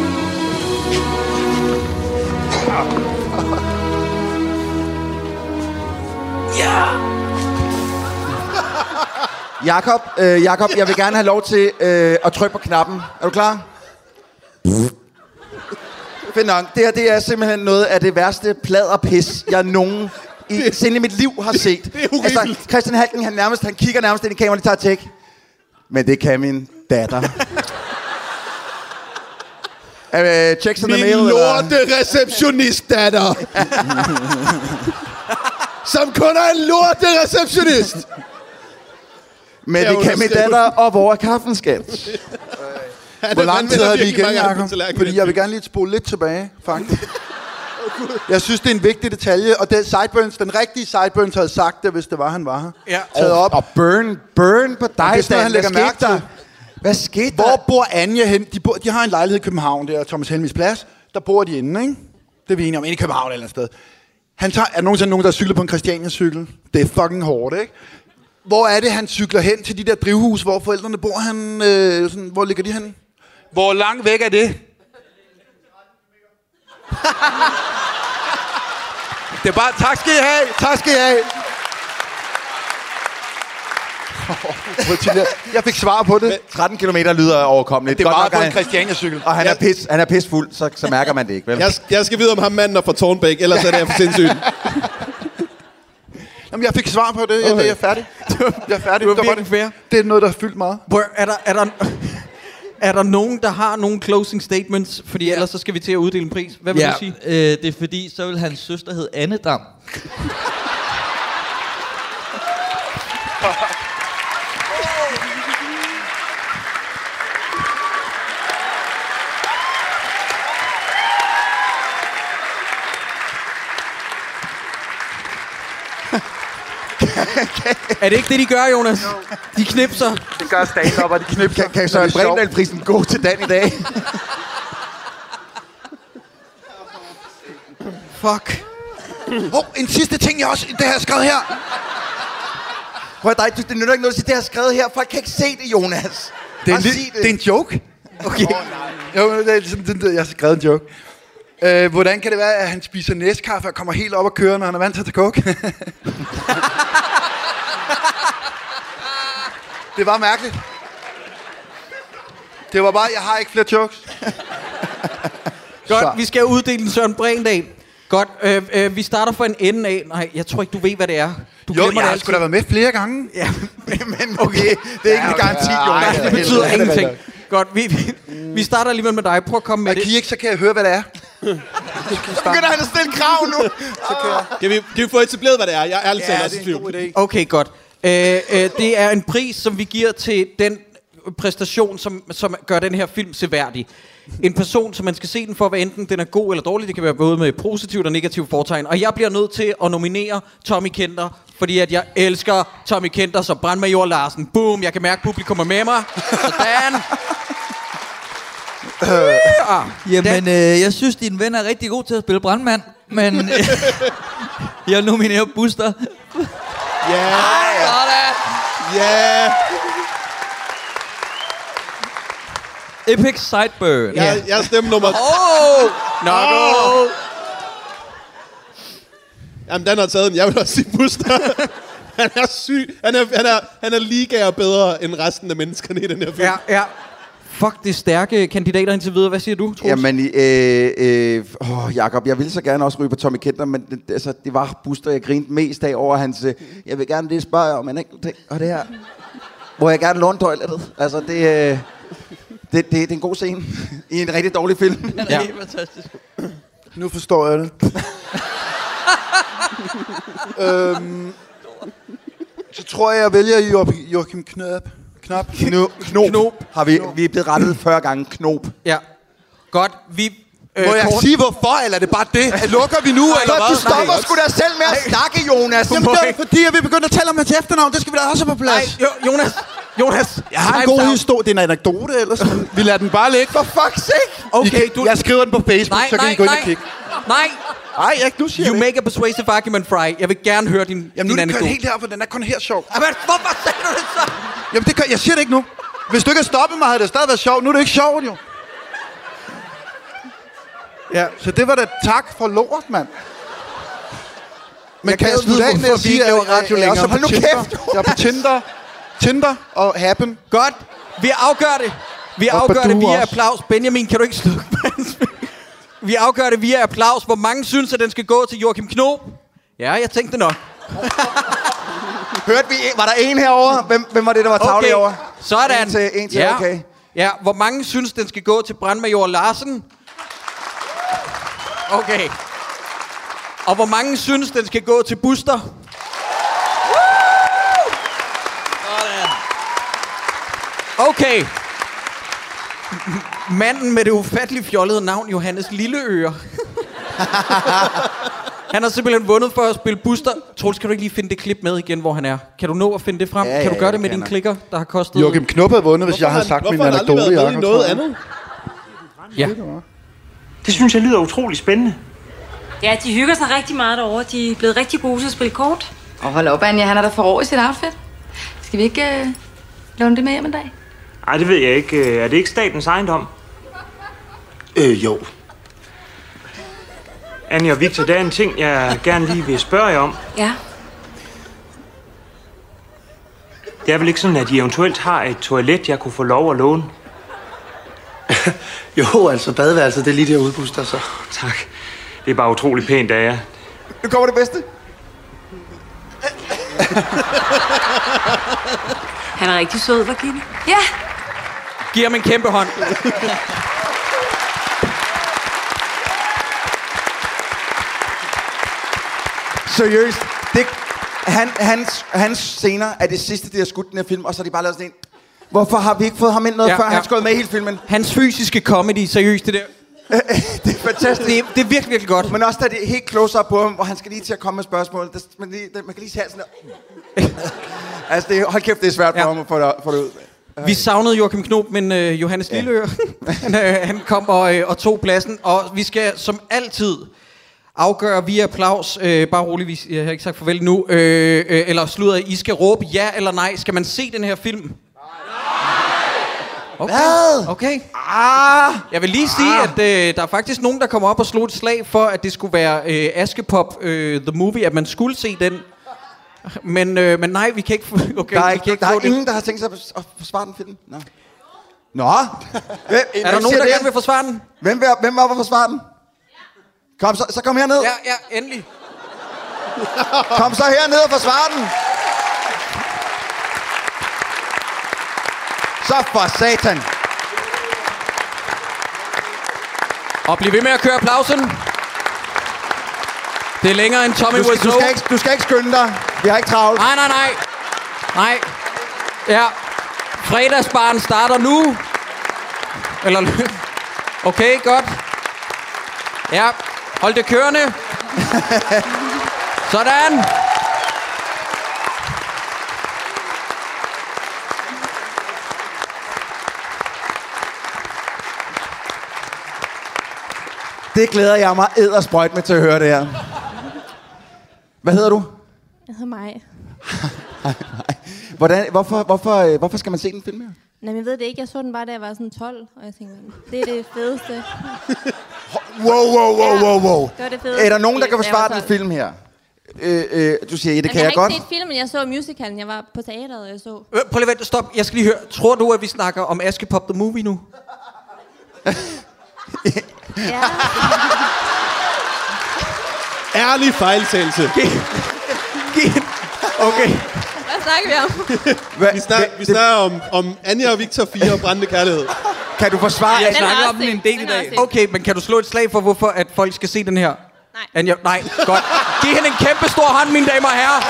Ja! Jakob, jeg vil gerne have lov til at trykke på knappen. Er du klar? Fedt nok. Det her, det er simpelthen noget af det værste pladerpis, jeg sinde i mit liv har set. Det er urimeligt. Altså, Christian Halking, han kigger nærmest ind i kameraet, og tager et tæk. Men det kan min datter. Checks on the mail, min lorte-receptionist, datter. Som kun er en lorte-receptionist. Men det kan min datter, og hvor er kaffen, skat? Hvor lang tid er vi igen, Jacob? Fordi jeg vil gerne lige spole lidt tilbage, faktisk. Jeg synes, det er en vigtig detalje, og den rigtige Sideburns havde sagt det, hvis det var, han var her. Ja. Taget op. Og burn på dig, det han lægger mærke til. Hvad skete der? Hvor bor Anja hen? De har en lejlighed i København, der er Thomas Helmis Plads. Der bor de inde, ikke? Det er vi enige om, inde i København eller et sted. Er nogensinde nogen, der cykler på en Christiania-cykel? Det er fucking hårdt, ikke? Hvor er det, han cykler hen til de der drivhus, hvor forældrene bor? Hvor ligger de hen? Hvor langt væk er det? Det er bare, tak skal I have. Jeg fik svar på det. 13 kilometer lyder overkommeligt. Det er meget på en Christiania-cykel. Og han er pisfuld, så mærker man det ikke, vel? Jeg skal vide om ham manden er fra Tornbæk, ellers er det for sindssygt. Jamen, jeg fik svar på det. Okay. Jeg er færdig. Det var virkelig fair. Det er noget, der har fyldt meget. Er der nogen, der har nogle closing statements? Fordi ellers så skal vi til at uddele en pris. Hvad vil du sige? Det er fordi, så vil hans søster hedde Anne Dam. Er det ikke det, de gør, Jonas? De knipser. Det gør stand-up, og de knipser. Kan Søren Bregendahl-prisen gå til Dan i dag? Fuck. En sidste ting, jeg også... Det har jeg skrevet her. Prøv at dig, det nytter ikke noget at sige, det har jeg skrevet her. Folk kan ikke se det, Jonas. Det er en joke. Okay. Jo, jeg har skrevet en joke. Hvordan kan det være, at han spiser næskaffe og kommer helt op og kører, når han er vant til at tage coke? Det var mærkeligt. Det var bare, jeg har ikke flere jokes. Godt, vi skal uddele en Søren Bregendahl. Godt, vi starter for en ende af. Nej, jeg tror ikke, du ved, hvad det er. Jeg har sgu da været med flere gange. Ja, men okay, det er ikke en garanti, Jonas. Nej, det betyder ingenting. Godt, vi starter alligevel med dig. Prøv at komme med det. Kan I ikke, så kan jeg høre, hvad det er. Begynder han at stille krav nu? Kan vi få etableret, hvad det er? Jeg er ærligt talt også i tvivl. Okay, godt. Det er en pris, som vi giver til den præstation, som gør den her film seværdig. En person, som man skal se den for, hvad enten den er god eller dårlig. Det kan være både med positivt og negativt fortegn. Og jeg bliver nødt til at nominere Tommy Kenter, fordi at jeg elsker Tommy Kenter som brandmajor Larsen. Boom, jeg kan mærke, publikum er med mig. Sådan. Jamen, jeg synes, din ven er rigtig god til at spille brandmand, men jeg nominerer Buster. Ja! Ja! Epic Sideburn. Jeg stemmer nummer... No! Jamen, den har taget den. Jeg vil også sige Buster. Han er syg. Han er ligaer bedre end resten af menneskerne i den her film. Ja. Fuck, det er stærke kandidater indtil videre. Hvad siger du, Troels? Jamen, Jakob, jeg ville så gerne også ryge på Tommy Kenter, men det var Buster, jeg grinte mest af over hans... jeg vil gerne lige spørge jer om en enkelt ting, og det her... Hvor jeg gerne låne toilettet. Altså, det er en god scene i en rigtig dårlig film. Den er helt fantastisk. Nu forstår jeg det. Så tror jeg vælger Joachim Knop. Knop. Vi er blevet rettet 40 gange. Knop. Ja. Godt, må jeg sige hvorfor, eller er det bare det? Lukker vi nu, eller hvad? Du stopper sgu da selv med at snakke, Jonas. Jamen, det er fordi, at vi begynder at tale om hans efternavn. Det skal vi da også have på plads. Nej, Jonas. Jeg har en god historie. Det er en anekdote, ellers. Vi lader den bare ligge. For fuck's sake. Okay, jeg skriver den på Facebook, så kan I gå ind og kigge. Nej, nu siger you make a persuasive argument, Fry. Jeg vil gerne høre din anekdote. Jamen, nu er den kørt helt her, for den er kun her sjov. Jamen, hvorfor sagde du det så? Jamen, jeg siger det ikke nu. Hvis du ikke havde stoppet mig, havde det stadig været sjovt. Nu er det ikke sjovt, jo. Ja, så det var da tak for lort, mand. Men kan jeg slutte af med at sige, at jeg er på Tinder? Jeg er på Tinder og Happen. Godt. Vi afgør det. Vi afgør det via applaus. Benjamin, kan du ikke slukke? Vi afgør det via applaus. Hvor mange synes, at den skal gå til Joachim Knob? Ja, jeg tænkte nok. Hørte vi? Var der en herovre? Hvem var det, der var tavle herovre? Sådan. En til, okay. Ja, hvor mange synes, den skal gå til brandmajor Larsen? Okay. Og hvor mange synes, den skal gå til Buster? Sådan. Okay. Manden med det ufattelig fjollede navn, Johannes Lilleøre. Han har simpelthen vundet for at spille Buster. Troels, kan du ikke lige finde det klip med igen, hvor han er? Kan du nå at finde det frem? Ja, kan du gøre det med din klikker, der har kostet... Joachim Knop havde vundet, hvis jeg havde sagt min anekdote. Hvorfor har han aldrig været noget andet? Ja. Det synes jeg lyder utrolig spændende. Ja, de hygger sig rigtig meget derovre. De er blevet rigtig gode til at spille kort. Og hold op, Anja, han er der for år i sit outfit. Skal vi ikke låne det med hjem en dag? Nej, det ved jeg ikke. Er det ikke statens ejendom? Jo. Anja og Victor, der er en ting, jeg gerne lige vil spørge jer om. Ja. Det er vel ikke sådan, at I eventuelt har et toilet, jeg kunne få lov at låne? Jo, altså badeværelset, det er lige der udbuster, så. Tak. Det er bare utrolig pænt af jer. Nu kommer det bedste. Han er rigtig sød, var Gitte? Ja. Giv ham en kæmpe hånd. Seriøst. Hans scener er det sidste, de har skudt den her film, og så er de bare lavet sådan en... Hvorfor har vi ikke fået ham ind noget før? Han har skåret med i hele filmen. Hans fysiske comedy, seriøst det der. Det er fantastisk. Det er virkelig, virkelig godt. Men også da det er helt close-up på ham, hvor han skal lige til at komme med spørgsmål. Man kan lige se halsen der. Altså, hold kæft, det er svært for ham at få det ud. Vi savnede Joachim Knob, men Johannes Lilleøre, han kom og tog pladsen. Og vi skal som altid afgøre via applaus. Bare roligt, jeg har ikke sagt farvel nu. Eller slutter, I skal råbe ja eller nej. Skal man se den her film? Okay. Hvad? Okay. Jeg vil lige sige, at der er faktisk nogen, der kommer op og slog et slag for, at det skulle være Askepop The Movie, at man skulle se den. Men nej, vi kan ikke få... Okay, der er ingen, der har tænkt sig at forsvare den film. Nå. Er der nogen, der gerne vil forsvare den? Hvem var at forsvare den? Kom, så kom herned. Ja, endelig. Kom så herned og forsvare den. Så for satan. Og bliv ved med at køre applausen. Det er længere end Tommy Wiseau. Du skal ikke skynde dig. Vi har ikke travlt. Nej. Ja. Fredagsbaren starter nu. Eller... Okay, godt. Ja. Hold det kørende. Sådan. Det glæder jeg mig eddersprøjt med til at høre det her. Hvad hedder du? Jeg hedder Maja. Hvorfor skal man se den film her? Nej, jeg ved det ikke. Jeg så den bare, da jeg var sådan 12, og jeg tænkte, det er det fedeste. Wow. Det var det fedeste. Er der nogen, der kan forsvare den film her? Du siger, det kan jeg godt. Jeg har ikke set filmen, jeg så musicalen. Jeg var på teateret, og jeg så... Prøv lige vent, stop. Jeg skal lige høre. Tror du, at vi snakker om Askepop The Movie nu? Ja. Ærlig fejltagelse. Okay. Hvad snakker vi om? Vi snakker om Anja og Victor 4 og brændende kærlighed. Kan du forsvare? Jeg snakker om den en del i dag. Okay, men kan du slå et slag for, hvorfor at folk skal se den her? Nej. Anja, nej, godt. Giv hende en kæmpe stor hånd, mine damer og herrer.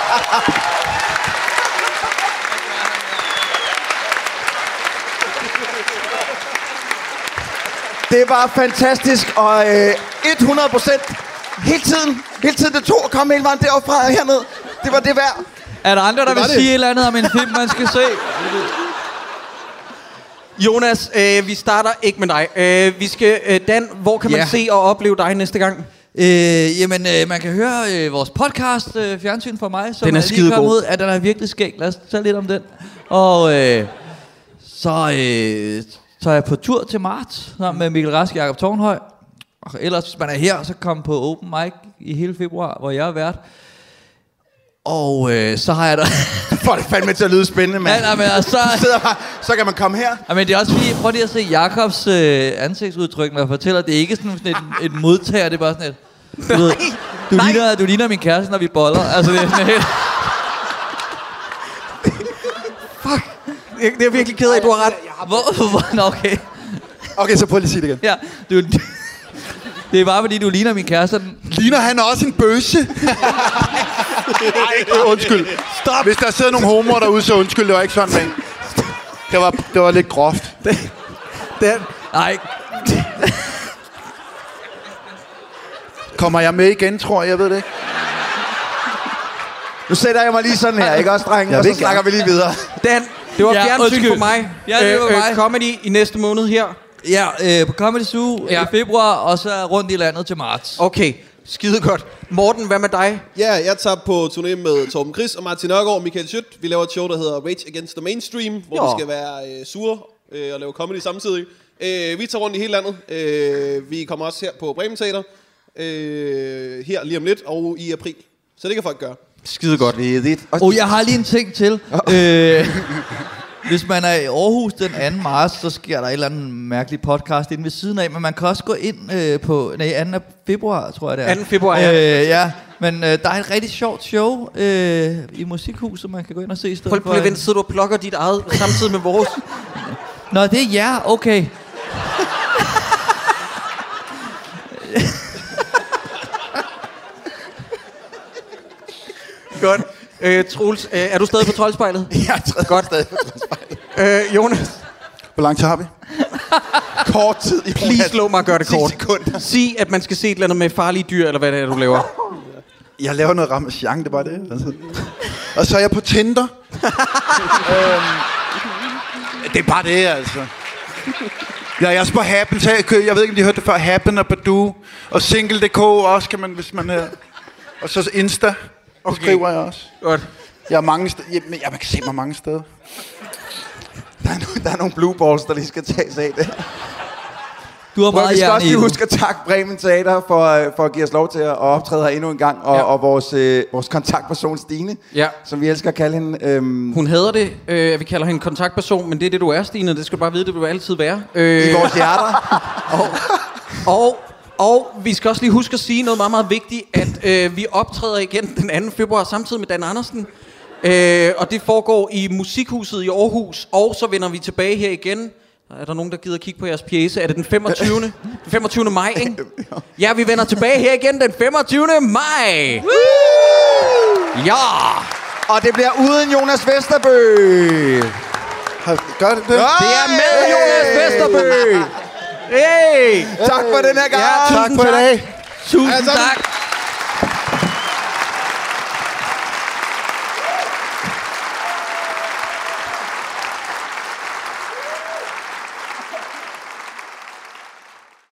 Det var fantastisk, og 100% hele tiden det tog at komme hele vejen deroppe fra og herned. Det var det værd. Er der andre, der vil sige et eller andet om en film, man skal se? Jonas, vi starter ikke med dig. Vi skal, Dan, hvor kan man se og opleve dig næste gang? Man kan høre vores podcast, Fjernsyn for mig, som den er lige kommet god. ud. Den er virkelig skæg. Lad os tale lidt om den. Og så tager jeg på tur til marts sammen med Mikkel Rask og Jakob Tornhøj. Og ellers, hvis man er her, så kom på open mic i hele februar, hvor jeg er vært. Og så har jeg der... For det fandme til at lyde spændende, mand. Ja, men altså, så kan man komme her. Ja, men det er også fordi, prøv lige at se Jakobs ansigtsudtryk, når jeg fortæller, det er ikke sådan et modtager, det er bare sådan et... Du ligner min kæreste, når vi boller. Altså, det er sådan helt... Fuck. Det er virkelig ked af, du har ret. Nå, okay. Okay, så prøv lige at sige det igen. Ja, det er bare fordi, du ligner min kæreste. Ligner han også en bøsse? Nej, undskyld. Stop. Hvis der sidder nogle homoer derude, så undskyld, det var ikke sådan, men det var lidt groft. Nej. Kommer jeg med igen, tror jeg ved det ikke. Nu sætter jeg mig lige sådan her, ikke også, drenge? Og så snakker vi lige videre. Dan, det var fjernsyn for mig. Ja, det var mig. Comedy i næste måned her. Ja, på Comedy Zoo i februar, og så rundt i landet til marts. Okay, skide godt. Morten, hvad med dig? Ja, jeg tager på turné med Torben Chris og Martin Nørgaard og Michael Schødt. Vi laver et show, der hedder Rage Against the Mainstream, hvor vi skal være sure og lave comedy samtidig. Vi tager rundt i hele landet. Vi kommer også her på Bremen Teater. Her lige om lidt, og i april. Så det kan folk gøre. Skide godt. Og jeg har lige en ting til. Hvis man er i Aarhus den 2. marts, så sker der et eller andet mærkeligt podcast inde ved siden af. Men man kan også gå ind på... 2. februar, tror jeg det er. 2. februar, ja. Ja, men der er et rigtig sjovt show i Musikhuset, man kan gå ind og se i stedet for. Prøv at sidder du og plukker dit eget samtidig med vores. Nå, det er jer. Okay. Godt. Troels, er du stadig på Troldspejlet? Jeg er godt stadig på Troldspejlet. Jonas? Hvor lang tid har vi? Kort tid. Please lov mig at gøre det kort. 10 sekunder. Sig, at man skal se et eller andet med farlige dyr, eller hvad det er, du laver. Jeg laver noget ramachan, det er bare det. Altså. Og så er jeg på Tinder. Det er bare det, altså. Ja, jeg er også på Happen. Jeg ved ikke, om de hørte det før. Happen og Badoo. Og Single.dk også, kan man, hvis man er... Og så Insta. Okay. Skriver jeg også. Godt. Jeg er mange steder. Ja, man kan se mig mange steder. Der er nogle blue balls, der lige skal tages af det. Du har meget vi skal også lige hjerne i huske at takke Bremen Teater for at give os lov til at optræde her endnu en gang. Og vores kontaktperson Stine, som vi elsker at kalde hende. Hun hader det, at vi kalder hende kontaktperson, men det er det, du er, Stine. Det skal du bare vide, det vil du altid være. I vores hjerter. Og vi skal også lige huske at sige noget meget, meget vigtigt, at vi optræder igen den 2. februar samtidig med Dan Andersen. Og det foregår i Musikhuset i Aarhus, og så vender vi tilbage her igen. Er der nogen, der gider kigge på jeres pjece? Er det den 25. den 25. maj, ikke? Ja, vi vender tilbage her igen den 25. maj. Ja! Og det bliver uden Jonas Vesterbø. Gør det? Det er med Jonas Vesterbø. Hey! Tak for den her gang. Ja, tak for i dag. Tusind tak.